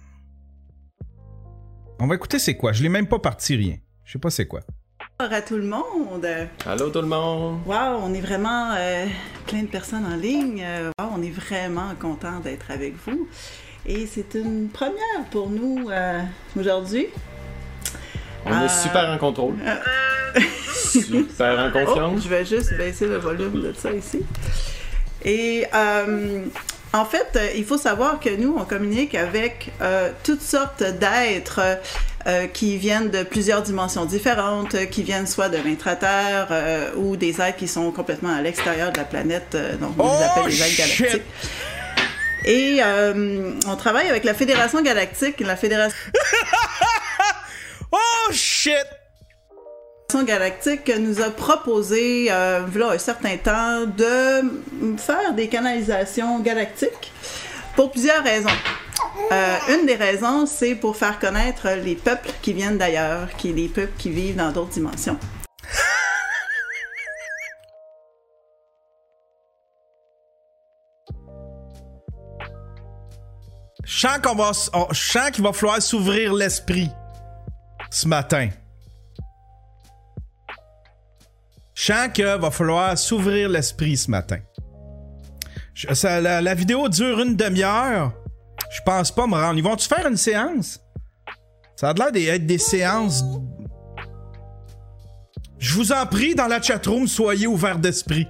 On va écouter c'est quoi. Je l'ai même pas parti rien. Je sais pas c'est quoi. Bonjour à tout le monde. Allô tout le monde. Wow, on est vraiment euh, plein de personnes en ligne. Euh, wow, on est vraiment content d'être avec vous. Et c'est une première pour nous euh, aujourd'hui. On euh... est super en contrôle. Euh... super en confiance. Oh, je vais juste baisser le volume de ça ici. Et euh, en fait, il faut savoir que nous, on communique avec euh, toutes sortes d'êtres euh, qui viennent de plusieurs dimensions différentes, qui viennent soit de l'intraterre euh, ou des êtres qui sont complètement à l'extérieur de la planète, euh, donc on oh, les appelle les êtres galactiques. Shit. Et euh, on travaille avec la Fédération Galactique, la Fédération... oh shit! Galactique nous a proposé, euh, voilà un certain temps, de faire des canalisations galactiques pour plusieurs raisons. Euh, une des raisons, c'est pour faire connaître les peuples qui viennent d'ailleurs, qui les peuples qui vivent dans d'autres dimensions. Je sens qu'on va, je sens qu'il va falloir s'ouvrir l'esprit ce matin. Je sens qu'il va falloir s'ouvrir l'esprit ce matin. Je, ça, la, la vidéo dure une demi-heure. Je pense pas me rendre. Ils vont-tu faire une séance? Ça a l'air d'être des séances. Je vous en prie, dans la chatroom, soyez ouverts d'esprit.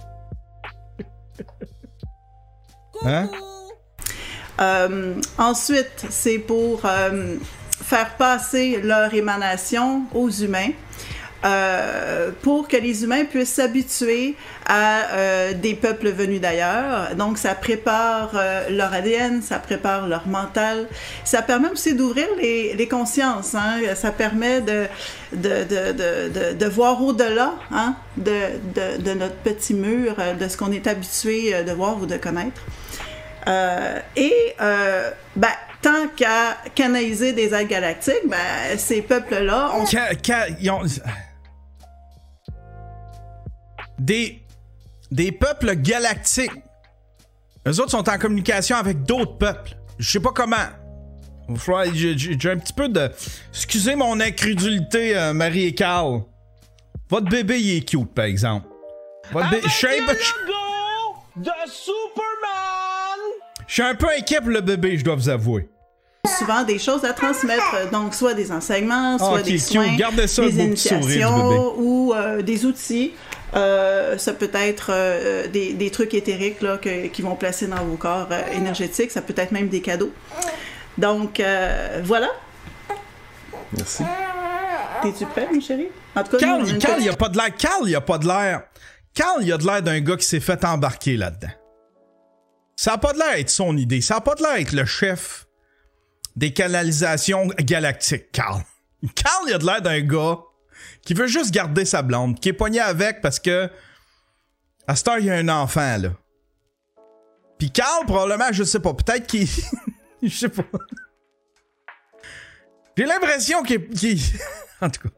Hein? Euh, ensuite, c'est pour euh, faire passer leur émanation aux humains. Euh, pour que les humains puissent s'habituer à euh, des peuples venus d'ailleurs. Donc, ça prépare euh, leur A D N, ça prépare leur mental. Ça permet aussi d'ouvrir les, les consciences. Hein? Ça permet de, de, de, de, de, de voir au-delà hein? de, de, de notre petit mur, de ce qu'on est habitué de voir ou de connaître. Euh, et, euh, ben, tant qu'à canaliser des êtres galactiques, ben, ces peuples-là ont... Ca- ca- ils ont... Des, des peuples galactiques. Eux autres sont en communication avec d'autres peuples. Je sais pas comment. Il va falloir, j'ai, j'ai un petit peu de... Excusez mon incrédulité, euh, Marie et Carl. Votre bébé, il est cute, par exemple. Votre bébé... Je le logo de Superman! Je suis un peu inquiet pour le bébé, je dois vous avouer. Souvent des choses à transmettre, donc soit des enseignements, soit okay, des soins, Gardez ça, des le initiations ou euh, des outils. Euh, ça peut être euh, des, des trucs éthériques là, que, qui vont placer dans vos corps euh, énergétiques. Ça peut être même des cadeaux. Donc, euh, voilà. Merci. T'es-tu prêt, mon chéri? En tout cas, Carl, nous, Carl, il a pas de l'air. Carl, il a pas de l'air. Carl, il a de l'air d'un gars qui s'est fait embarquer là-dedans. Ça a pas de l'air être son idée. Ça a pas de l'air être le chef des canalisations galactiques, Carl. Carl, il a de l'air d'un gars qui veut juste garder sa blonde, qui est pogné avec parce que à cette heure, il y a un enfant, là. Puis Carl, probablement, je sais pas, peut-être qu'il... je sais pas. J'ai l'impression qu'il... qu'il... en tout cas.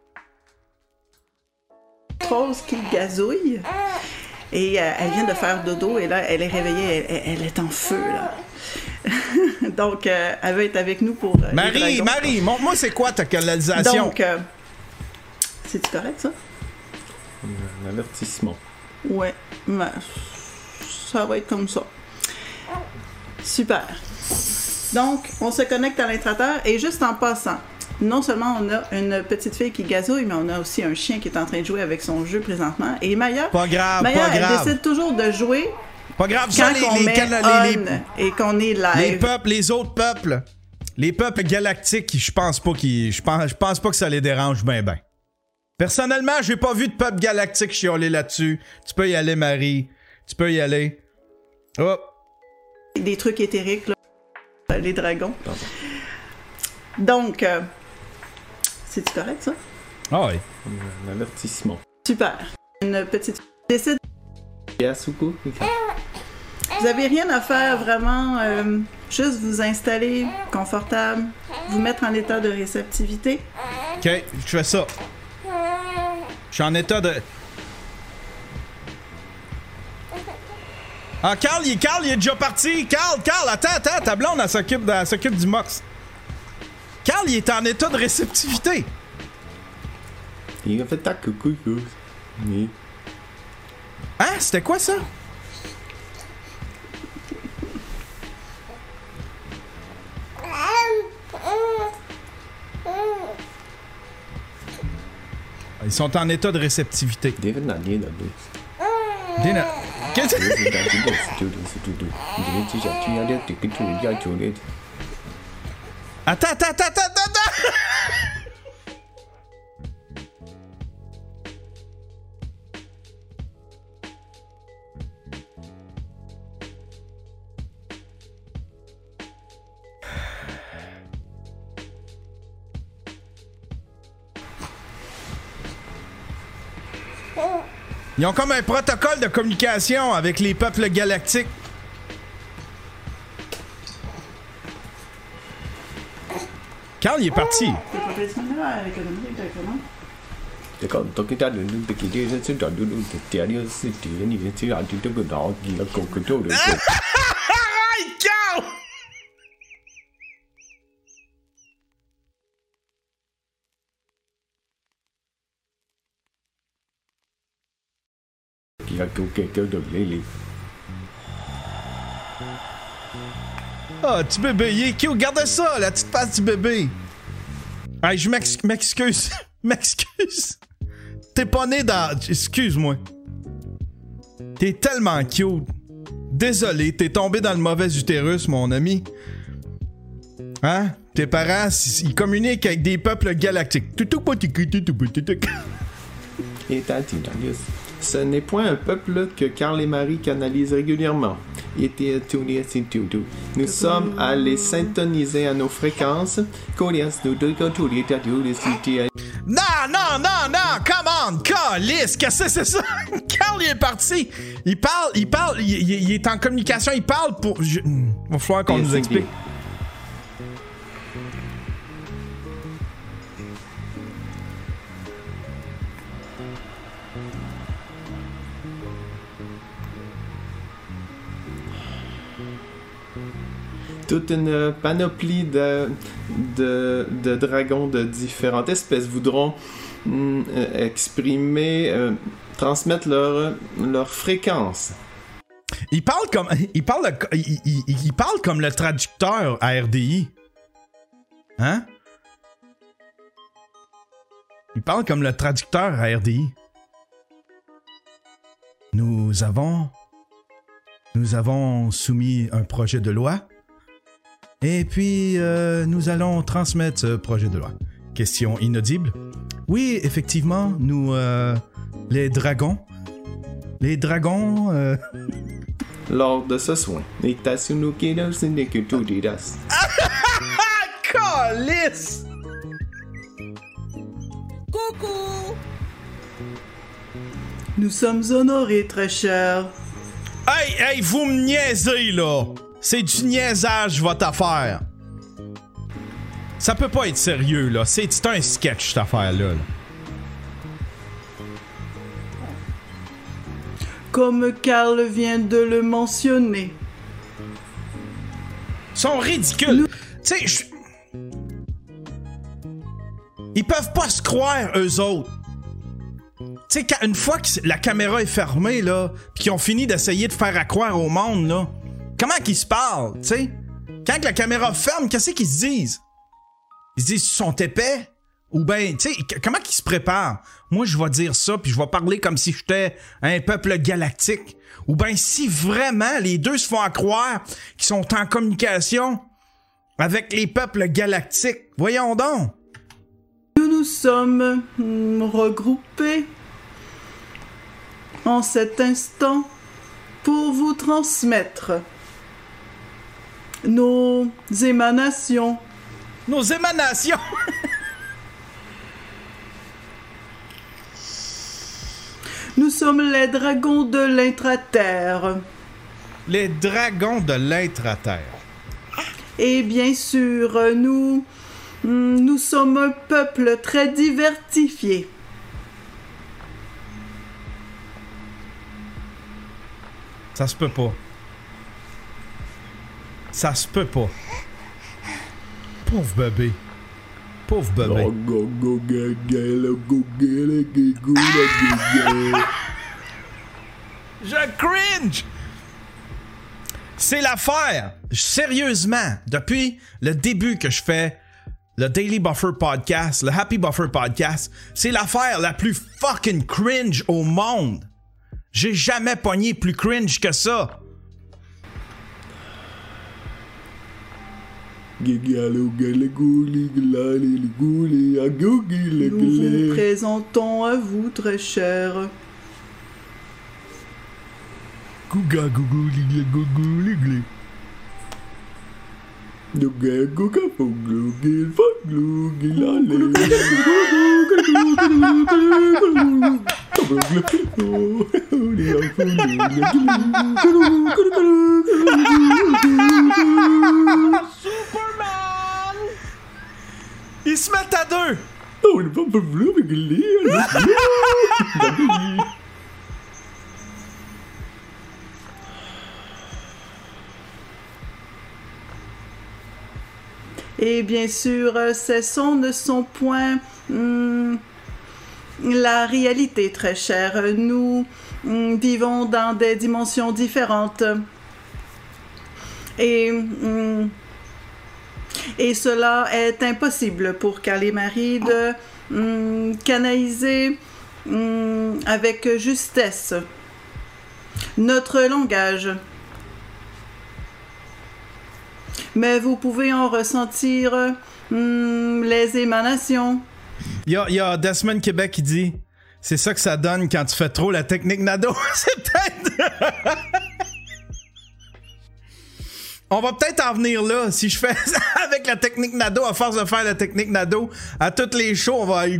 Rose qui gazouille. Et euh, elle vient de faire dodo et là, elle est réveillée, elle, elle est en feu, là. Donc, euh, elle va être avec nous pour... Euh, Marie, Marie, montre-moi c'est quoi ta canalisation? Donc, euh, c'est-tu correct, ça? Un avertissement. Ouais, mais ça va être comme ça. Super. Donc, on se connecte à l'intraterre et juste en passant, non seulement on a une petite fille qui gazouille, mais on a aussi un chien qui est en train de jouer avec son jeu présentement. Et Maya, Pas grave, Maya pas elle grave. décide toujours de jouer Pas grave, quand ça, les, on les, met cana- les, on les, et qu'on est live. les peuples, les autres peuples, les peuples galactiques, je pense pas qu'ils, je pense, je pense pas que ça les dérange ben ben. Personnellement, j'ai pas vu de peuple galactique chialer là-dessus. Tu peux y aller, Marie. Tu peux y aller. Oh. Des trucs éthériques, là, les dragons. Donc, euh, c'est-tu correct, ça? Ah oui. Un avertissement. Super. Une petite fille décide. Yasuko? Vous avez rien à faire, vraiment. euh, juste vous installer confortable, vous mettre en état de réceptivité. Ok, je fais ça. Je suis en état de... Ah, Carl, il est, Carl, il est déjà parti. Carl, Carl, attends, attends, ta blonde, elle s'occupe, elle s'occupe du mox. Carl, il est en état de réceptivité. Il a fait ta coucou. Oui. Hein? C'était quoi ça? Ils sont en état de réceptivité. David n'a rien à dire. Dina. Qu'est-ce que Attends, attends, attends, attends, attends! Ils ont comme un protocole de communication avec les peuples galactiques. Carl, il est parti. Aïe, Carl! Ah, petit bébé, il est cute. Regardez ça, la petite face du bébé. Hey, je m'ex- m'excuse. M'excuse. T'es pas né dans... Excuse-moi. T'es tellement cute. Désolé, t'es tombé dans le mauvais utérus, mon ami. Hein? Tes parents, ils communiquent avec des peuples galactiques. Ce n'est point un peuple que Carl et Marie canalisent régulièrement. Nous sommes à les syntoniser à nos fréquences. Non, non, non, non, come on, calice, qu'est-ce que c'est ça? Carl, il est parti. Il parle, il parle, il, il- il est en communication, il parle pour... Je... Il va falloir qu'on nous explique. Toute une panoplie de, de, de dragons de différentes espèces voudront mm, euh, exprimer, euh, transmettre leur, leur fréquence. Il parle comme... Il parle, il, il- il parle comme le traducteur à R D I. Hein? Il parle comme le traducteur à R D I. Nous avons... Nous avons soumis un projet de loi. Et puis, euh, nous allons transmettre ce projet de loi. Question inaudible. Oui, effectivement, nous... Euh, les dragons... Les dragons... Euh... Lors de ce soin, les Tatsunuki no Sendeku Todiras. Calice! Coucou! Nous sommes honorés, très cher. Hey, hey, vous me niaisez, là! C'est du niaisage, votre affaire! Ça peut pas être sérieux, là. C'est, c'est un sketch, cette affaire-là. Là. Comme Carl vient de le mentionner. Ils sont ridicules. Tu sais, je... Ils peuvent pas se croire, eux autres. Tu sais, une fois que la caméra est fermée, là, pis qu'ils ont fini d'essayer de faire à croire au monde, là, comment qu'ils se parlent, tu sais? Quand la caméra ferme, qu'est-ce qu'ils se disent? Ils se disent, ils sont épais? Ou ben, tu sais, comment qu'ils se préparent? Moi, je vais dire ça, puis je vais parler comme si j'étais un peuple galactique. Ou ben, si vraiment les deux se font à croire qu'ils sont en communication avec les peuples galactiques. Voyons donc. Nous nous sommes mm, regroupés en cet instant pour vous transmettre nos émanations. Nos émanations! Nous sommes les dragons de l'intraterre. Les dragons de l'intraterre. Et bien sûr, nous, nous sommes un peuple très diversifié. Ça se peut pas. Ça se peut pas. Pauvre bébé. Pauvre bébé. Je cringe! C'est l'affaire. Sérieusement, depuis le début que je fais le Daily Buffer Podcast, le Happy Buffer Podcast, c'est l'affaire la plus fucking cringe au monde. J'ai jamais pogné plus cringe que ça. Nous vous présentons à vous, très cher. Gouga gougou ligli gougou ligli. Superman! Ils se mettent à deux. Et bien sûr, ces sons ne sont point hum, la réalité, très cher. Nous hum, vivons dans des dimensions différentes. Et, hum, et cela est impossible pour Calémarie de hum, canaliser hum, avec justesse notre langage. Mais vous pouvez en ressentir hum, les émanations. Il y a, y a Desmond Québec qui dit « C'est ça que ça donne quand tu fais trop la technique Nado. » C'est peut-être... On va peut-être en venir là. Si je fais ça avec la technique Nado, à force de faire la technique Nado, à toutes les shows, on va...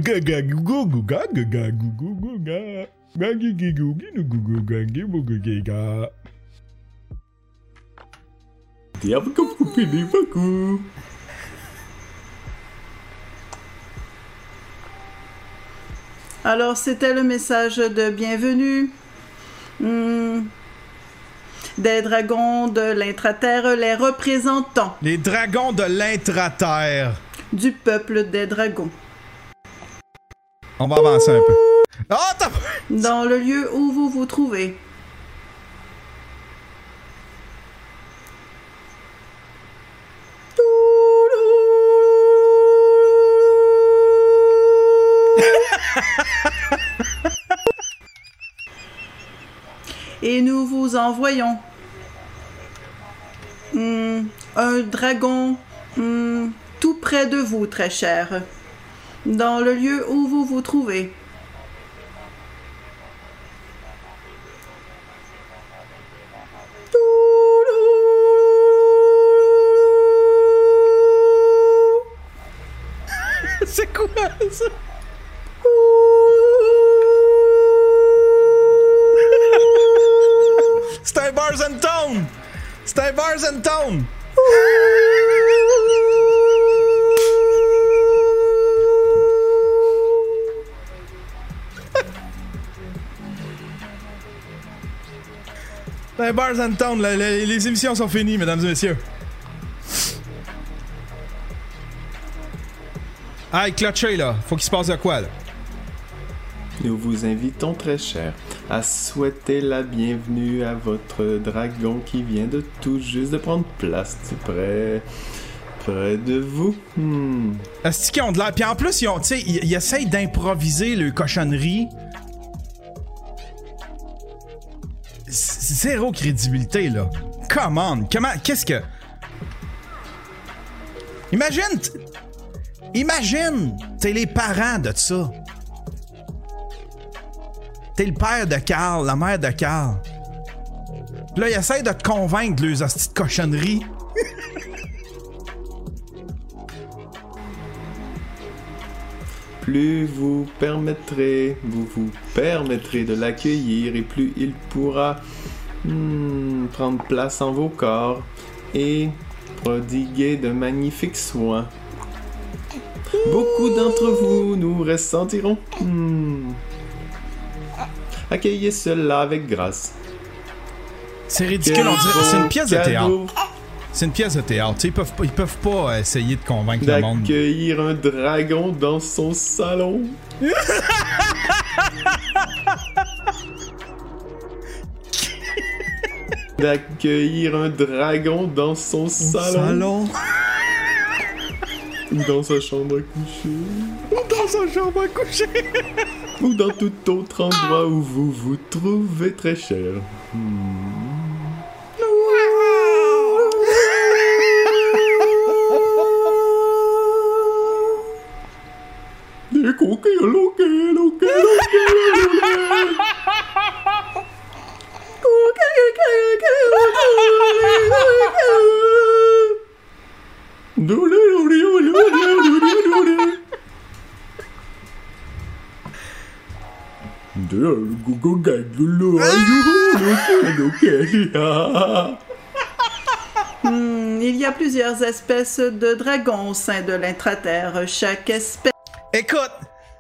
Alors, c'était le message de bienvenue hum, des dragons de l'intraterre, les représentants. Les dragons de l'intraterre. Du peuple des dragons. On va avancer un peu. Oh, t'as... Dans le lieu où vous vous trouvez. Et nous vous envoyons hum, un dragon hum, tout près de vous, très cher, dans le lieu où vous vous trouvez. C'est quoi ça? C'est un bars and tone! C'est un bars and tone! C'est un bars and tone. Les, les, les émissions sont finies, mesdames et messieurs. Hey, clutché là, faut qu'il se passe de quoi là? Nous vous invitons très cher à souhaiter la bienvenue à votre dragon qui vient de tout juste de prendre place tout près, près de vous. Hmm. Est-ce qu'ils ont de l'air? Puis en plus, ils, ont, ils, ils essayent d'improviser le cochonnerie. Zéro crédibilité, là. Come on! Comment... Qu'est-ce que... Imagine... T... Imagine! T'es les parents de ça. T'es le père de Carl, la mère de Carl. Puis là, ils essayent de te convaincre de leurs hosties de cochonnerie. Plus vous permettrez, vous vous permettrez de l'accueillir et plus il pourra hmm, prendre place en vos corps et prodiguer de magnifiques soins. Beaucoup d'entre vous nous ressentiront. Hmm. Accueillez cela avec grâce. C'est ridicule, on dirait. C'est une pièce de théâtre. C'est une pièce de théâtre. Ils peuvent, ils peuvent pas essayer de convaincre le monde. D'accueillir un dragon dans son salon. D'accueillir un dragon dans son salon. salon. Ou dans sa chambre à coucher. Ou dans sa chambre à coucher. Ou dans tout autre endroit où vous vous trouvez très cher. Hmm. Des coquilles, loquilles, loquilles, Hmm, il y a plusieurs espèces de dragons au sein de l'intraterre. Chaque espèce... Écoute,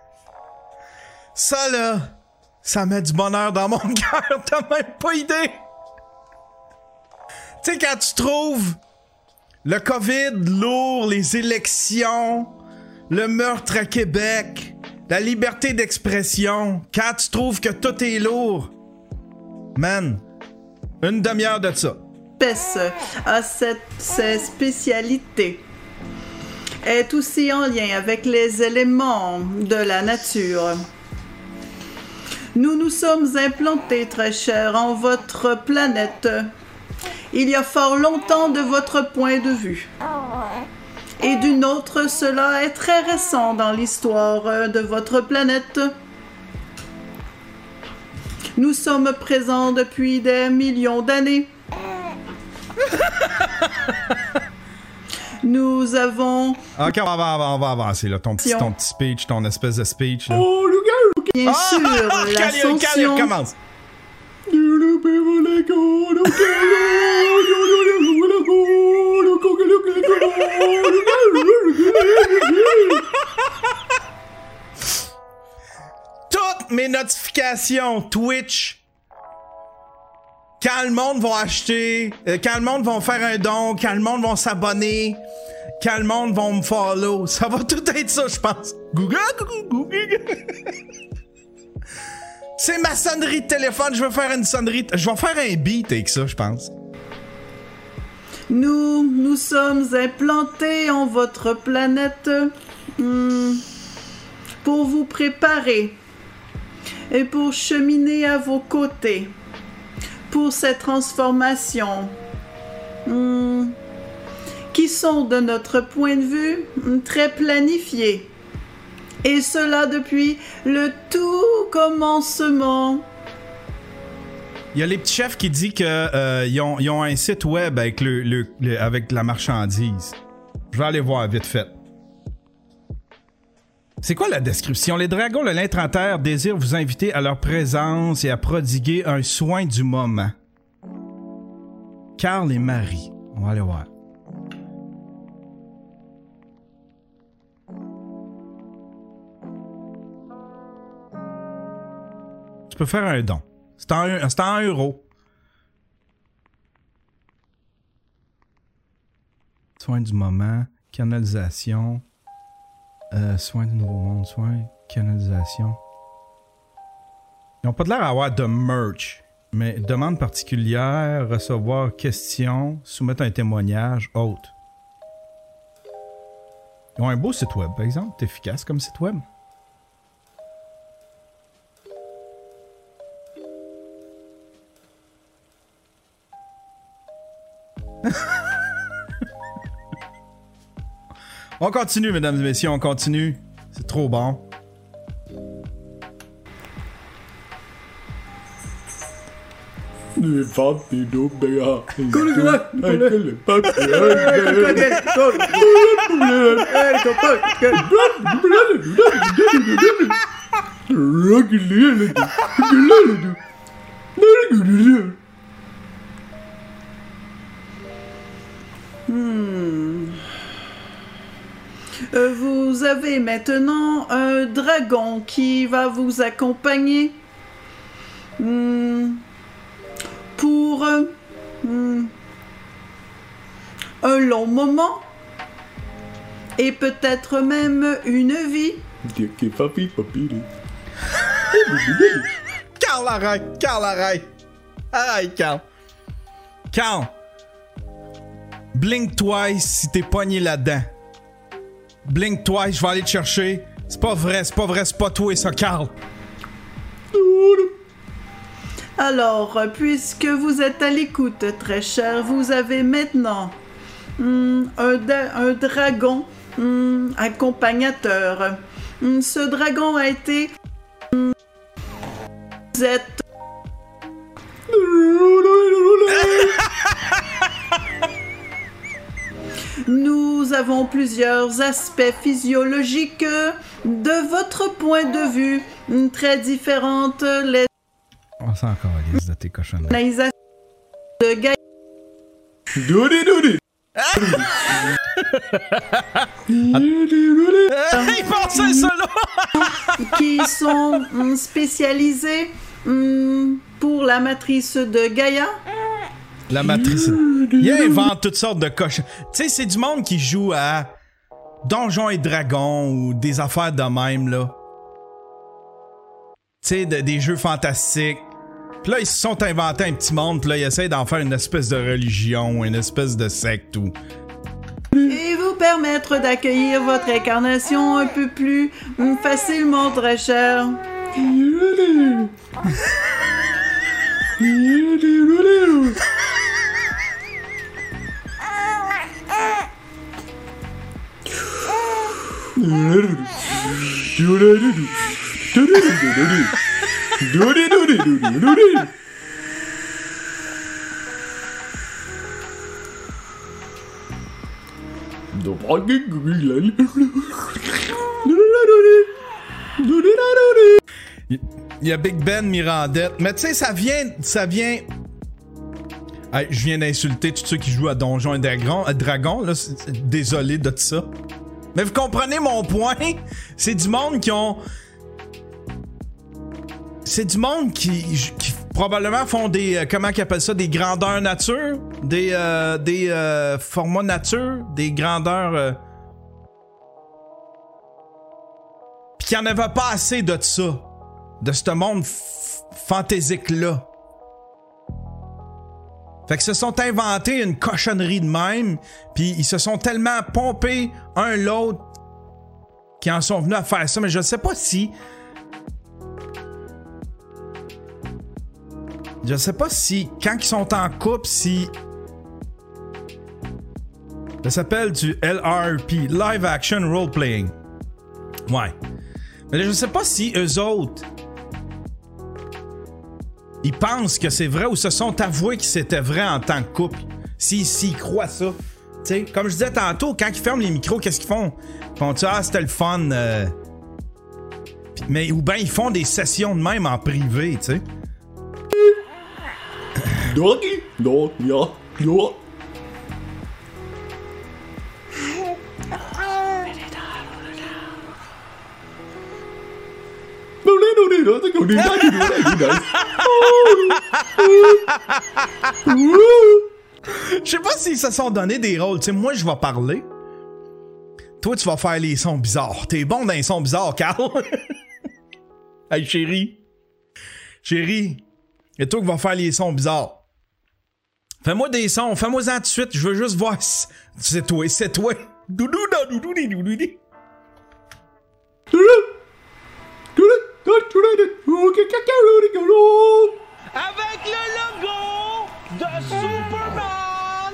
ça là, ça met du bonheur dans mon cœur, t'as même pas idée. Tu sais, quand tu trouves le COVID lourd, les élections, le meurtre à Québec, la liberté d'expression, quand tu trouves que tout est lourd, man, une demi-heure de ça. Espèce a cette, cette spécialité. Est aussi en lien avec les éléments de la nature. Nous nous sommes implantés, très cher, en votre planète. Il y a fort longtemps de votre point de vue. Et d'une autre, cela est très récent dans l'histoire de votre planète. Nous sommes présents depuis des millions d'années. Nous avons... Ok, on va, on va avancer, là. Ton petit, ton petit speech, ton espèce de speech, là. Oh, le gars, le Bien sûr, l'ascension... commence. Toutes mes notifications Twitch, quand le monde va acheter, euh, quand le monde va faire un don, quand le monde va s'abonner, quand le monde va me follow, ça va tout être ça, je pense. Google, Google, Google. C'est ma sonnerie de téléphone, je vais faire une sonnerie, t- je vais faire un beat avec ça, je pense. Nous, nous sommes implantés en votre planète hmm, pour vous préparer et pour cheminer à vos côtés pour ces transformations hmm, qui sont, de notre point de vue, très planifiées. Et cela depuis le tout commencement. Il y a les petits chefs qui disent qu'ils euh, ont, ils ont un site web avec, le, le, le, avec la marchandise. Je vais aller voir vite fait. C'est quoi la description? Les dragons de l'intraterre désirent vous inviter à leur présence et à prodiguer un soin du moment. Carl et Marie. On va aller voir. Tu peux faire un don. C'est en, c'est en euros. Soin du moment, canalisation, euh, soin du nouveau monde, soin, canalisation. Ils n'ont pas de l'air à avoir de merch. Mais demande particulière, recevoir question, soumettre un témoignage, autre. Ils ont un beau site web, par exemple. C'est efficace comme site web. On continue, mesdames et messieurs, on continue. C'est trop bon. Le papier d'Obéa. Hmm. Euh, vous avez maintenant un dragon qui va vous accompagner. Hmm. Pour euh, hmm, un long moment et peut-être même une vie. Carl, arrête! Carl, arrête! Arrête, Carl! Carl! Blink twice si t'es pogné là-dedans. Blink twice, je vais aller te chercher. C'est pas vrai, c'est pas vrai, c'est pas toi ça, Carl! Alors, puisque vous êtes à l'écoute, très cher, vous avez maintenant hmm, un, da- un dragon hmm, accompagnateur. Hmm, ce dragon a été... Hmm, vous êtes... Nous avons plusieurs aspects physiologiques de votre point de vue, hmm, très différentes. Les On s'en calisse de tes cochonneries. analysations de Gaïa Doudi doudi. Il pensait ça là! qui sont hum, spécialisés hum, pour la matrice de Gaïa. La matrice. Il invente toutes sortes de cochons. Tu sais, c'est du monde qui joue à Donjons et Dragons ou des affaires de même, là. Tu sais, de- des jeux fantastiques. Puis là, ils se sont inventés un petit monde, puis là, ils essayent d'en faire une espèce de religion, une espèce de secte ou... Et vous permettre d'accueillir votre incarnation un peu plus hum, facilement, très cher. Il y a Big Ben, Mirandette. Mais tu sais, ça vient... Ça vient... Hey, je viens d'insulter tous ceux qui jouent à Donjons et Dragons. À Dragon, là, c'est- c'est- désolé de ça. Mais vous comprenez mon point? C'est du monde qui ont... C'est du monde qui, qui probablement font des... euh, comment qu'ils appellent ça? Des grandeurs nature? Des, euh, des euh, formats nature? Des grandeurs... euh, Pis qu'il n'y en avait pas assez de ça. De ce monde f- fantaisique-là. Fait qu'ils se sont inventés une cochonnerie de même, puis ils se sont tellement pompés un l'autre qu'ils en sont venus à faire ça, mais je sais pas si... Je sais pas si, quand ils sont en couple, si... Ça s'appelle du L R P, Live Action Role Playing. Ouais. Mais je sais pas si eux autres... Ils pensent que c'est vrai ou se sont avoués que c'était vrai en tant que couple. S'ils s'ils croient ça. T'sais, comme je disais tantôt, quand ils ferment les micros, qu'est-ce qu'ils font? Ils font, ah, c'était le fun. Euh... Pis- Mais, ou bien ils font des sessions de même en privé, tu sais. Doggy, dog, ya, ya. Je sais pas s'ils se sont donné des rôles. Tu sais, moi, je vais parler. Toi, tu vas faire les sons bizarres. T'es bon dans les sons bizarres, Carl. Hey, chérie. Chérie, et toi qui vas faire les sons bizarres. Fais-moi des sons, fais-moi-en tout de suite, je veux juste voir si c'est toi, c'est toi. Doudou, doudou, doudou, doudou. Avec le logo de Superman.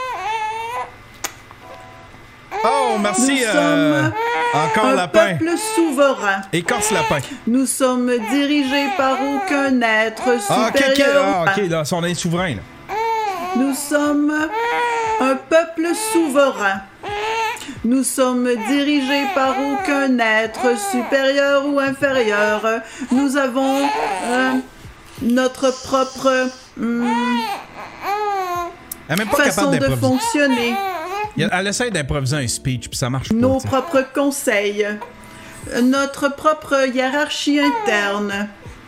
Oh, merci. Nous Euh, sommes encore un lapin. peuple souverain. Écorce lapin. Nous sommes dirigés par aucun être Ah, ok, ok, supérieur. ah, ok, là, son est souverain, là. Nous sommes un peuple souverain. Nous sommes dirigés par aucun être supérieur ou inférieur. Nous avons euh, notre propre hum, Elle est même pas façon capable de d'improviser. fonctionner. Elle, elle essaie d'improviser un speech, puis ça marche pas. Nos t'sais. propres conseils. Notre propre hiérarchie interne.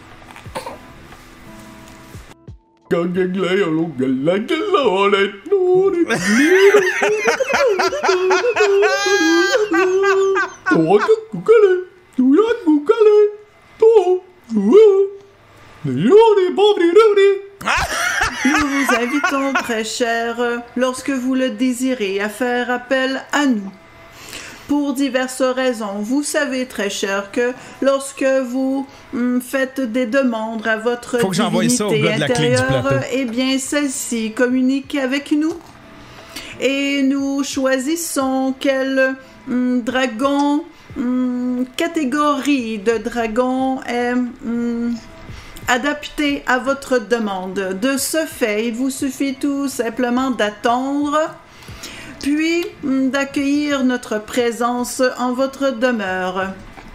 Nous vous invitons, très cher, lorsque vous le désirez, à faire appel à nous. Pour diverses raisons. Vous savez, très cher, que lorsque vous hum, faites des demandes à votre Faut que j'envoie ça au divinité gars de la clé du intérieure, plateau. eh bien, celle-ci communique avec nous. Et nous choisissons quel hum, dragon, hum, catégorie de dragon est hum, adapté à votre demande. De ce fait, il vous suffit tout simplement d'attendre, puis hum, d'accueillir notre présence en votre demeure.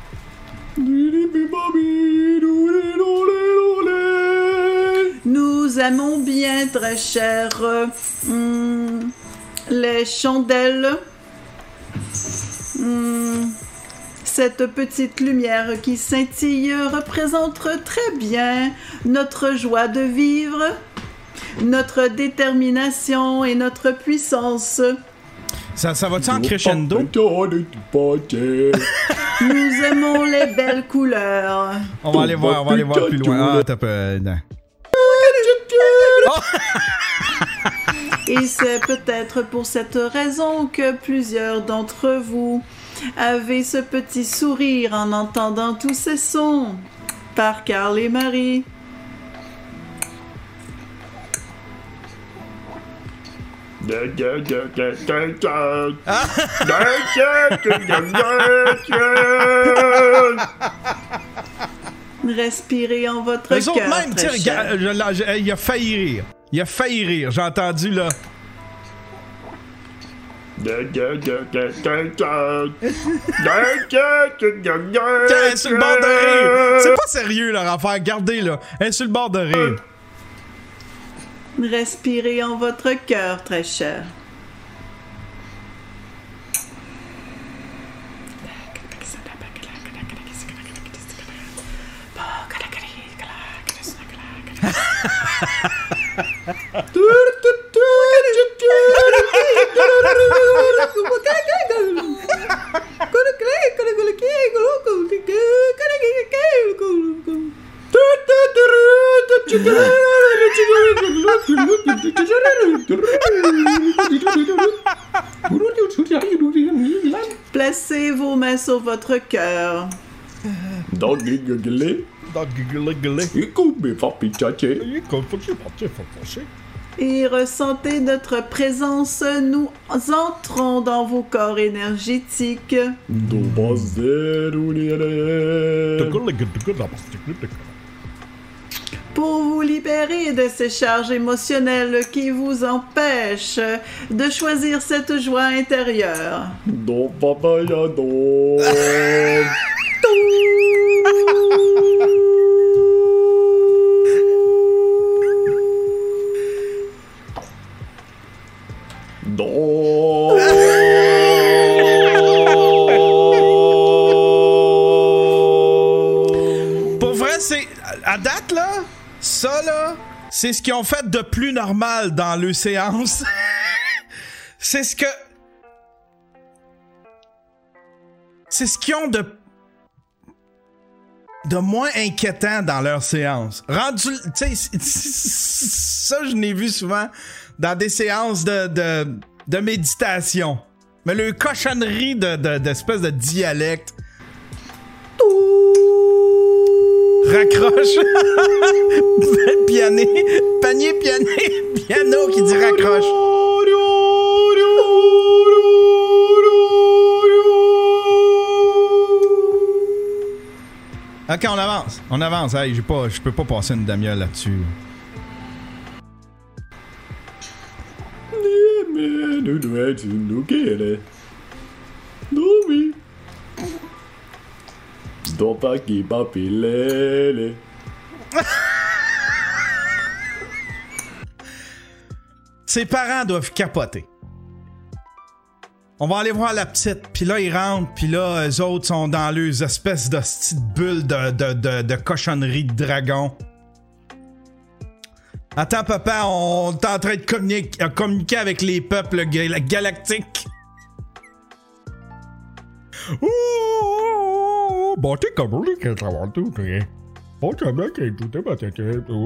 Nous aimons bien, très cher, hum, les chandelles. Hum, cette petite lumière qui scintille représente très bien notre joie de vivre, notre détermination et notre puissance. Ça, ça va-tu en crescendo? Nous aimons les belles couleurs. On va aller voir, on va aller voir plus loin. Ah, t'as pas... non. Et c'est peut-être pour cette raison que plusieurs d'entre vous avez ce petit sourire en entendant tous ces sons. Par Carl et Marie. Respirez en votre Eux autres cœur, même, très tu sais, cher. regarde, je- là, je- il a failli rire. Il a failli rire, j'ai entendu là. Tiens, elle est sur le bord de rire. C'est pas sérieux leur affaire, regardez là. Elle est sur le bord de rire. Respirez en votre cœur, très cher. Placez vos mains sur votre cœur. Et ressentez notre présence. Nous entrons dans vos corps énergétiques. Pour vous libérer de ces charges émotionnelles qui vous empêchent de choisir cette joie intérieure. Pour vrai, c'est. À date là, ça là, c'est ce qu'ils ont fait de plus normal dans le séance. C'est ce que. C'est ce qu'ils ont de. de moins inquiétant dans leur séance. Rendu, tu sais, ça je l'ai vu souvent dans des séances de, de, de méditation. Mais le cochonnerie de, de, d'espèce de dialecte. Raccroche. Piané. Panier piané. Piano qui dit raccroche. Ok, on avance. On avance. Hey, j'ai pas, je peux pas passer une demi-heure là-dessus. Ses parents doivent capoter. On va aller voir la petite, puis là, ils rentrent, puis là, eux autres sont dans leurs espèces de petites bulles de, de, de, de cochonnerie de dragon. Attends, papa, on est en train de communiquer, euh, communiquer avec les peuples ga- galactiques. Ouh, bon, t'es comme lui qui travaille tout, hein. Bon, t'es bien qui est tout, t'es pas tête.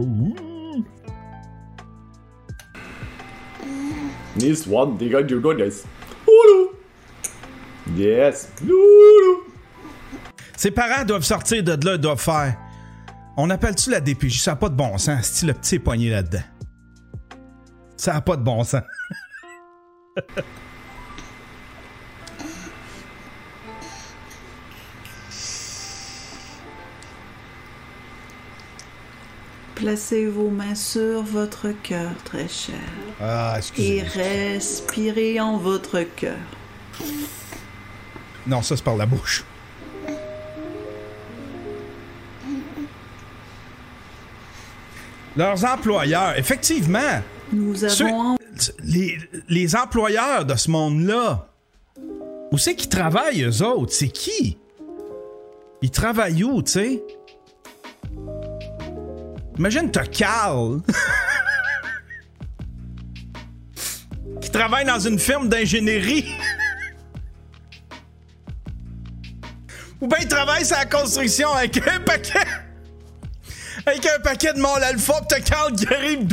This one, they got you goodness. Oulu. Yes. Oulu. Ses parents doivent sortir de là, doivent faire. On appelle-tu la D P J? Ça n'a pas de bon sens, si le petit est poigné là-dedans. Ça n'a pas de bon sens. Placez vos mains sur votre cœur, très cher. Ah, excusez. Et respirez en votre cœur. Non, ça c'est par la bouche. Leurs employeurs, effectivement. Nous avons... Ceux, les, les employeurs de ce monde-là. Où c'est qu'ils travaillent, eux autres? C'est qui? Ils travaillent où, tu sais? Imagine, t'as Carl. qui travaille dans une firme d'ingénierie. Ou bien il travaille sur la construction avec un paquet... Avec un paquet de mâles alpha, pis t'as Carl qui arrive.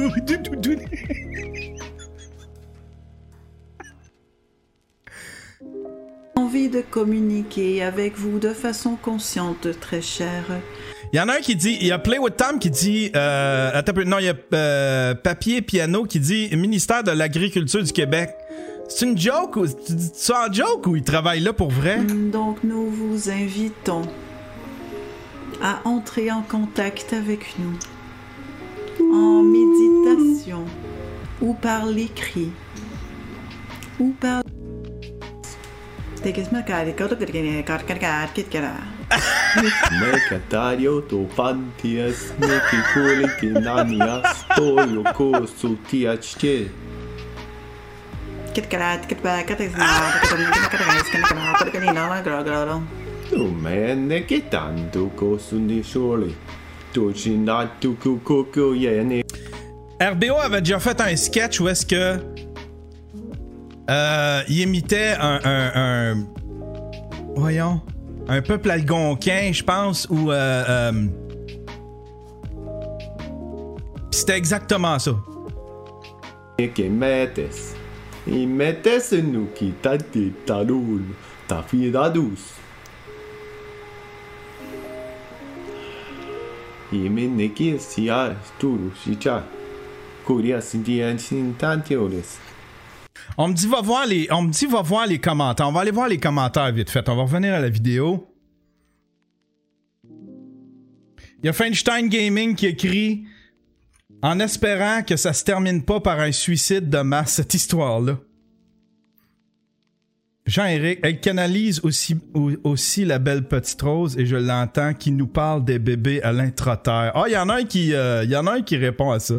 envie de communiquer avec vous de façon consciente, très cher. Il y en a un qui dit, il y a Play with Tom qui dit, euh, attends, non, il y a euh, Papier Piano qui dit Ministère de l'Agriculture du Québec. C'est une joke ou tu dis ça en joke ou il travaille là pour vrai? Donc nous vous invitons à entrer en contact avec nous en méditation ou par l'écrit ou par Mekatario to pantias neki kuliki nanias toyo kosu tiachke. No man neki tanto kosu ni shole. Tochinatu kukoko yene. R B O avait déjà fait un sketch où est-ce que euh, il imitait un, un, un voyons un peuple algonquin, je pense, ou euh, euh, pis c'était exactement ça. Que metes. Y metes nu ki tati talul. Ta fida douce. Y me neki sia sturu shicha. Kuria sindian sintantioles. On me dit va voir les on me dit va voir les commentaires. On va aller voir les commentaires vite fait. On va revenir à la vidéo. Il y a Feinstein Gaming qui écrit en espérant que ça se termine pas par un suicide de masse cette histoire-là. Jean-Éric, elle canalise aussi, aussi la belle petite rose et je l'entends qui nous parle des bébés à l'intra-terre. Ah, il y en a un qui euh, il y en a un qui répond à ça.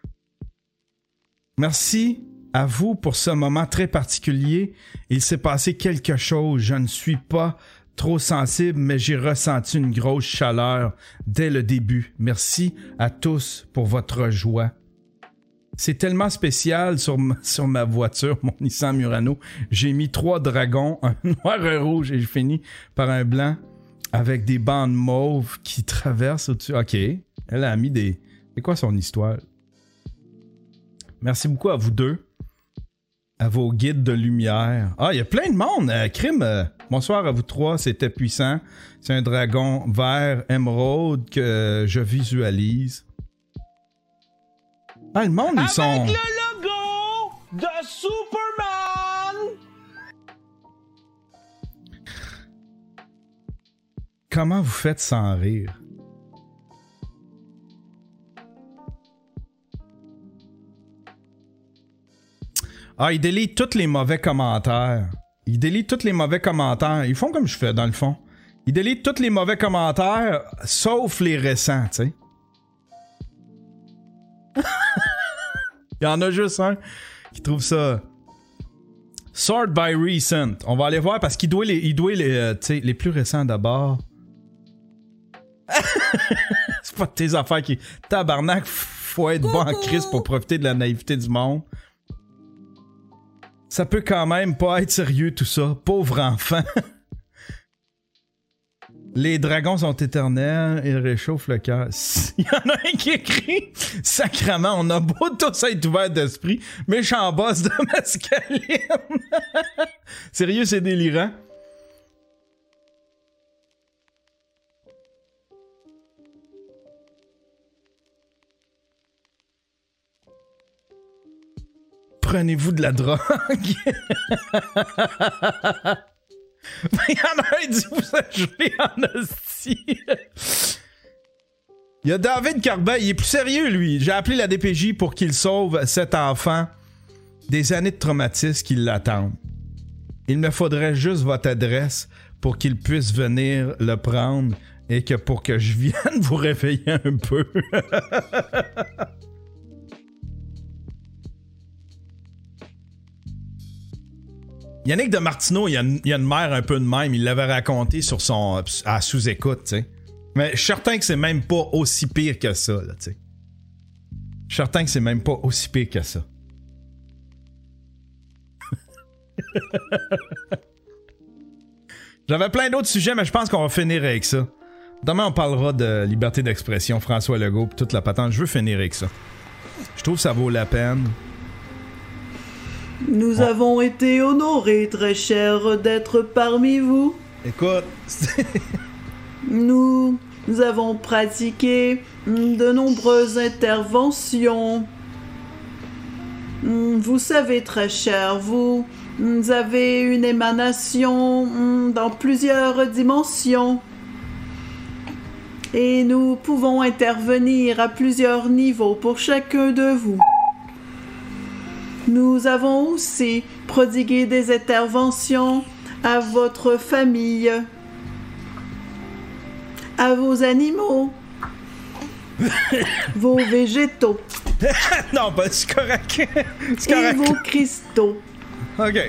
Merci à vous pour ce moment très particulier. Il s'est passé quelque chose. Je ne suis pas trop sensible, mais j'ai ressenti une grosse chaleur dès le début. Merci à tous pour votre joie. C'est tellement spécial sur ma, sur ma voiture, mon Nissan Murano. J'ai mis trois dragons, un noir, un rouge et j'ai fini par un blanc. avec des bandes mauves qui traversent au-dessus. OK. Elle a mis des... C'est quoi son histoire? Merci beaucoup à vous deux. À vos guides de lumière. Ah, il y a plein de monde. Euh, Crime, euh, bonsoir à vous trois. C'était puissant. C'est un dragon vert émeraude que je visualise. Ah, le monde, ils Avec sont... Avec le logo de Superman! Comment vous faites sans rire? Ah, ils délitent tous les mauvais commentaires. Ils délitent tous les mauvais commentaires. Ils font comme je fais, dans le fond. Ils délitent tous les mauvais commentaires, sauf les récents, tu sais. Il y en a juste un qui trouve ça... Sort by recent. On va aller voir parce qu'il doit les, il doit les, euh, tu sais, les plus récents d'abord. C'est pas de tes affaires qui... Tabarnak, faut être bon en crise pour profiter de la naïveté du monde. Ça peut quand même pas être sérieux tout ça. Pauvre enfant. Les dragons sont éternels, ils réchauffent le cœur. Il y en a un qui écrit sacrement, on a beau tous être ouverts d'esprit, méchant boss de mascaline. Sérieux, c'est délirant. Prenez-vous de la drogue. Il y en a un qui dit vous a gelé en hostie. Il y a David Carbet, il est plus sérieux lui. J'ai appelé la D P J pour qu'il sauve cet enfant des années de traumatisme qui l'attendent. Il me faudrait juste votre adresse pour qu'il puisse venir le prendre et que pour que je vienne vous réveiller un peu. Yannick de Martineau, il y, a une, il y a une mère un peu de même. Il l'avait raconté sur son à sous-écoute, tu sais. Mais je suis certain que c'est même pas aussi pire que ça, là, tu sais. Je suis certain que c'est même pas aussi pire que ça. J'avais plein d'autres sujets, mais je pense qu'on va finir avec ça. Demain, on parlera de liberté d'expression, François Legault, pis toute la patente. Je veux finir avec ça. Je trouve que ça vaut la peine. Nous bon. avons été honorés, très chers, d'être parmi vous. Écoute... nous, nous avons pratiqué de nombreuses interventions. Vous savez, très cher, vous, vous avez une émanation dans plusieurs dimensions. Et nous pouvons intervenir à plusieurs niveaux pour chacun de vous. Nous avons aussi prodigué des interventions à votre famille, à vos animaux, vos végétaux. Non, bah c'est correct. C'est correct. Et vos cristaux. OK.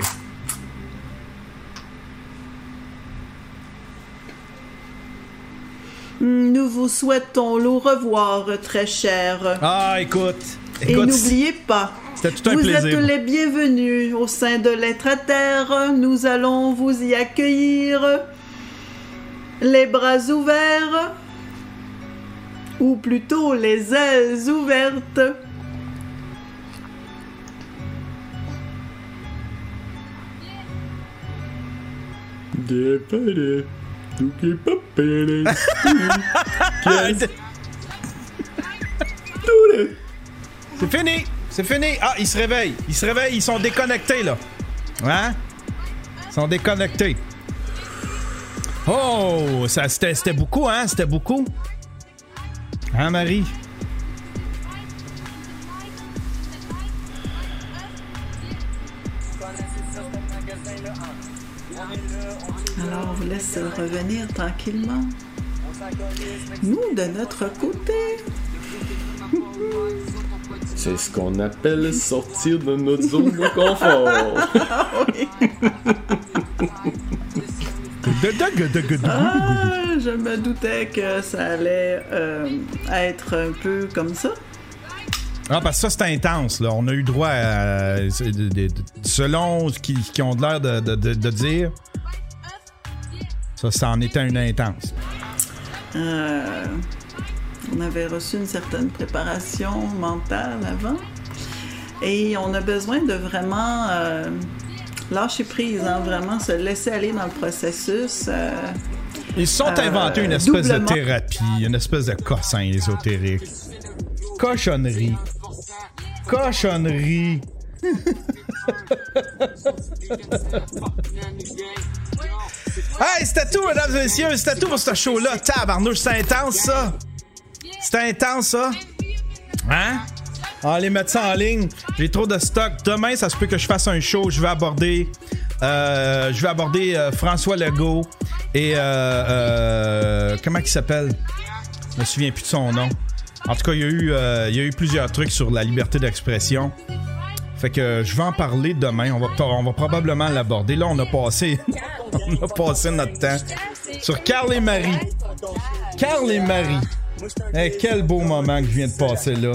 Nous vous souhaitons le revoir, très cher. Ah, écoute. écoute Et n'oubliez pas, c'était tout un vous plaisir. êtes les bienvenus au sein de l'être à terre. Nous allons vous y accueillir, les bras ouverts, ou plutôt les ailes ouvertes. C'est fini! C'est fini! Ah, ils se réveillent! Ils se réveillent, ils sont déconnectés, là! Hein? Ils sont déconnectés. Oh! Ça, c'était, c'était beaucoup, hein? C'était beaucoup. Hein, Marie? Alors, on vous laisse revenir tranquillement. Nous, de notre côté... C'est ce qu'on appelle sortir de notre zone de confort. Ah, je me doutais que ça allait euh, être un peu comme ça. Ah, parce que ça, c'est intense, là. On a eu droit à... de, de, de, selon ce qu'ils, qu'ils ont l'air de, de, de, de dire, Ça, ça en était une intense. Euh, on avait reçu une certaine préparation mentale avant. Et on a besoin de vraiment euh, lâcher prise, hein, vraiment se laisser aller dans le processus. Euh, Ils se sont euh, inventés une espèce doublement. de thérapie, une espèce de cossin ésotérique. Cochonnerie. Cochonnerie. Hey, c'était tout, mesdames et messieurs. C'était tout pour ce show-là. Tabarnouche, c'est intense, ça. C'était intense, ça. Hein? Allez mettre ça en ligne. J'ai trop de stock. Demain, ça se peut que je fasse un show. Je vais aborder... Euh, je vais aborder euh, François Legault et... Euh, euh, comment il s'appelle? Je me souviens plus de son nom. En tout cas, il y a eu, euh, il y a eu plusieurs trucs sur la liberté d'expression. Fait que je vais en parler demain. On va, on va probablement l'aborder. Là, on a passé... on a passé notre temps sur Carl et Marie. Carl et Marie. Hey, quel beau moment que je viens de passer là.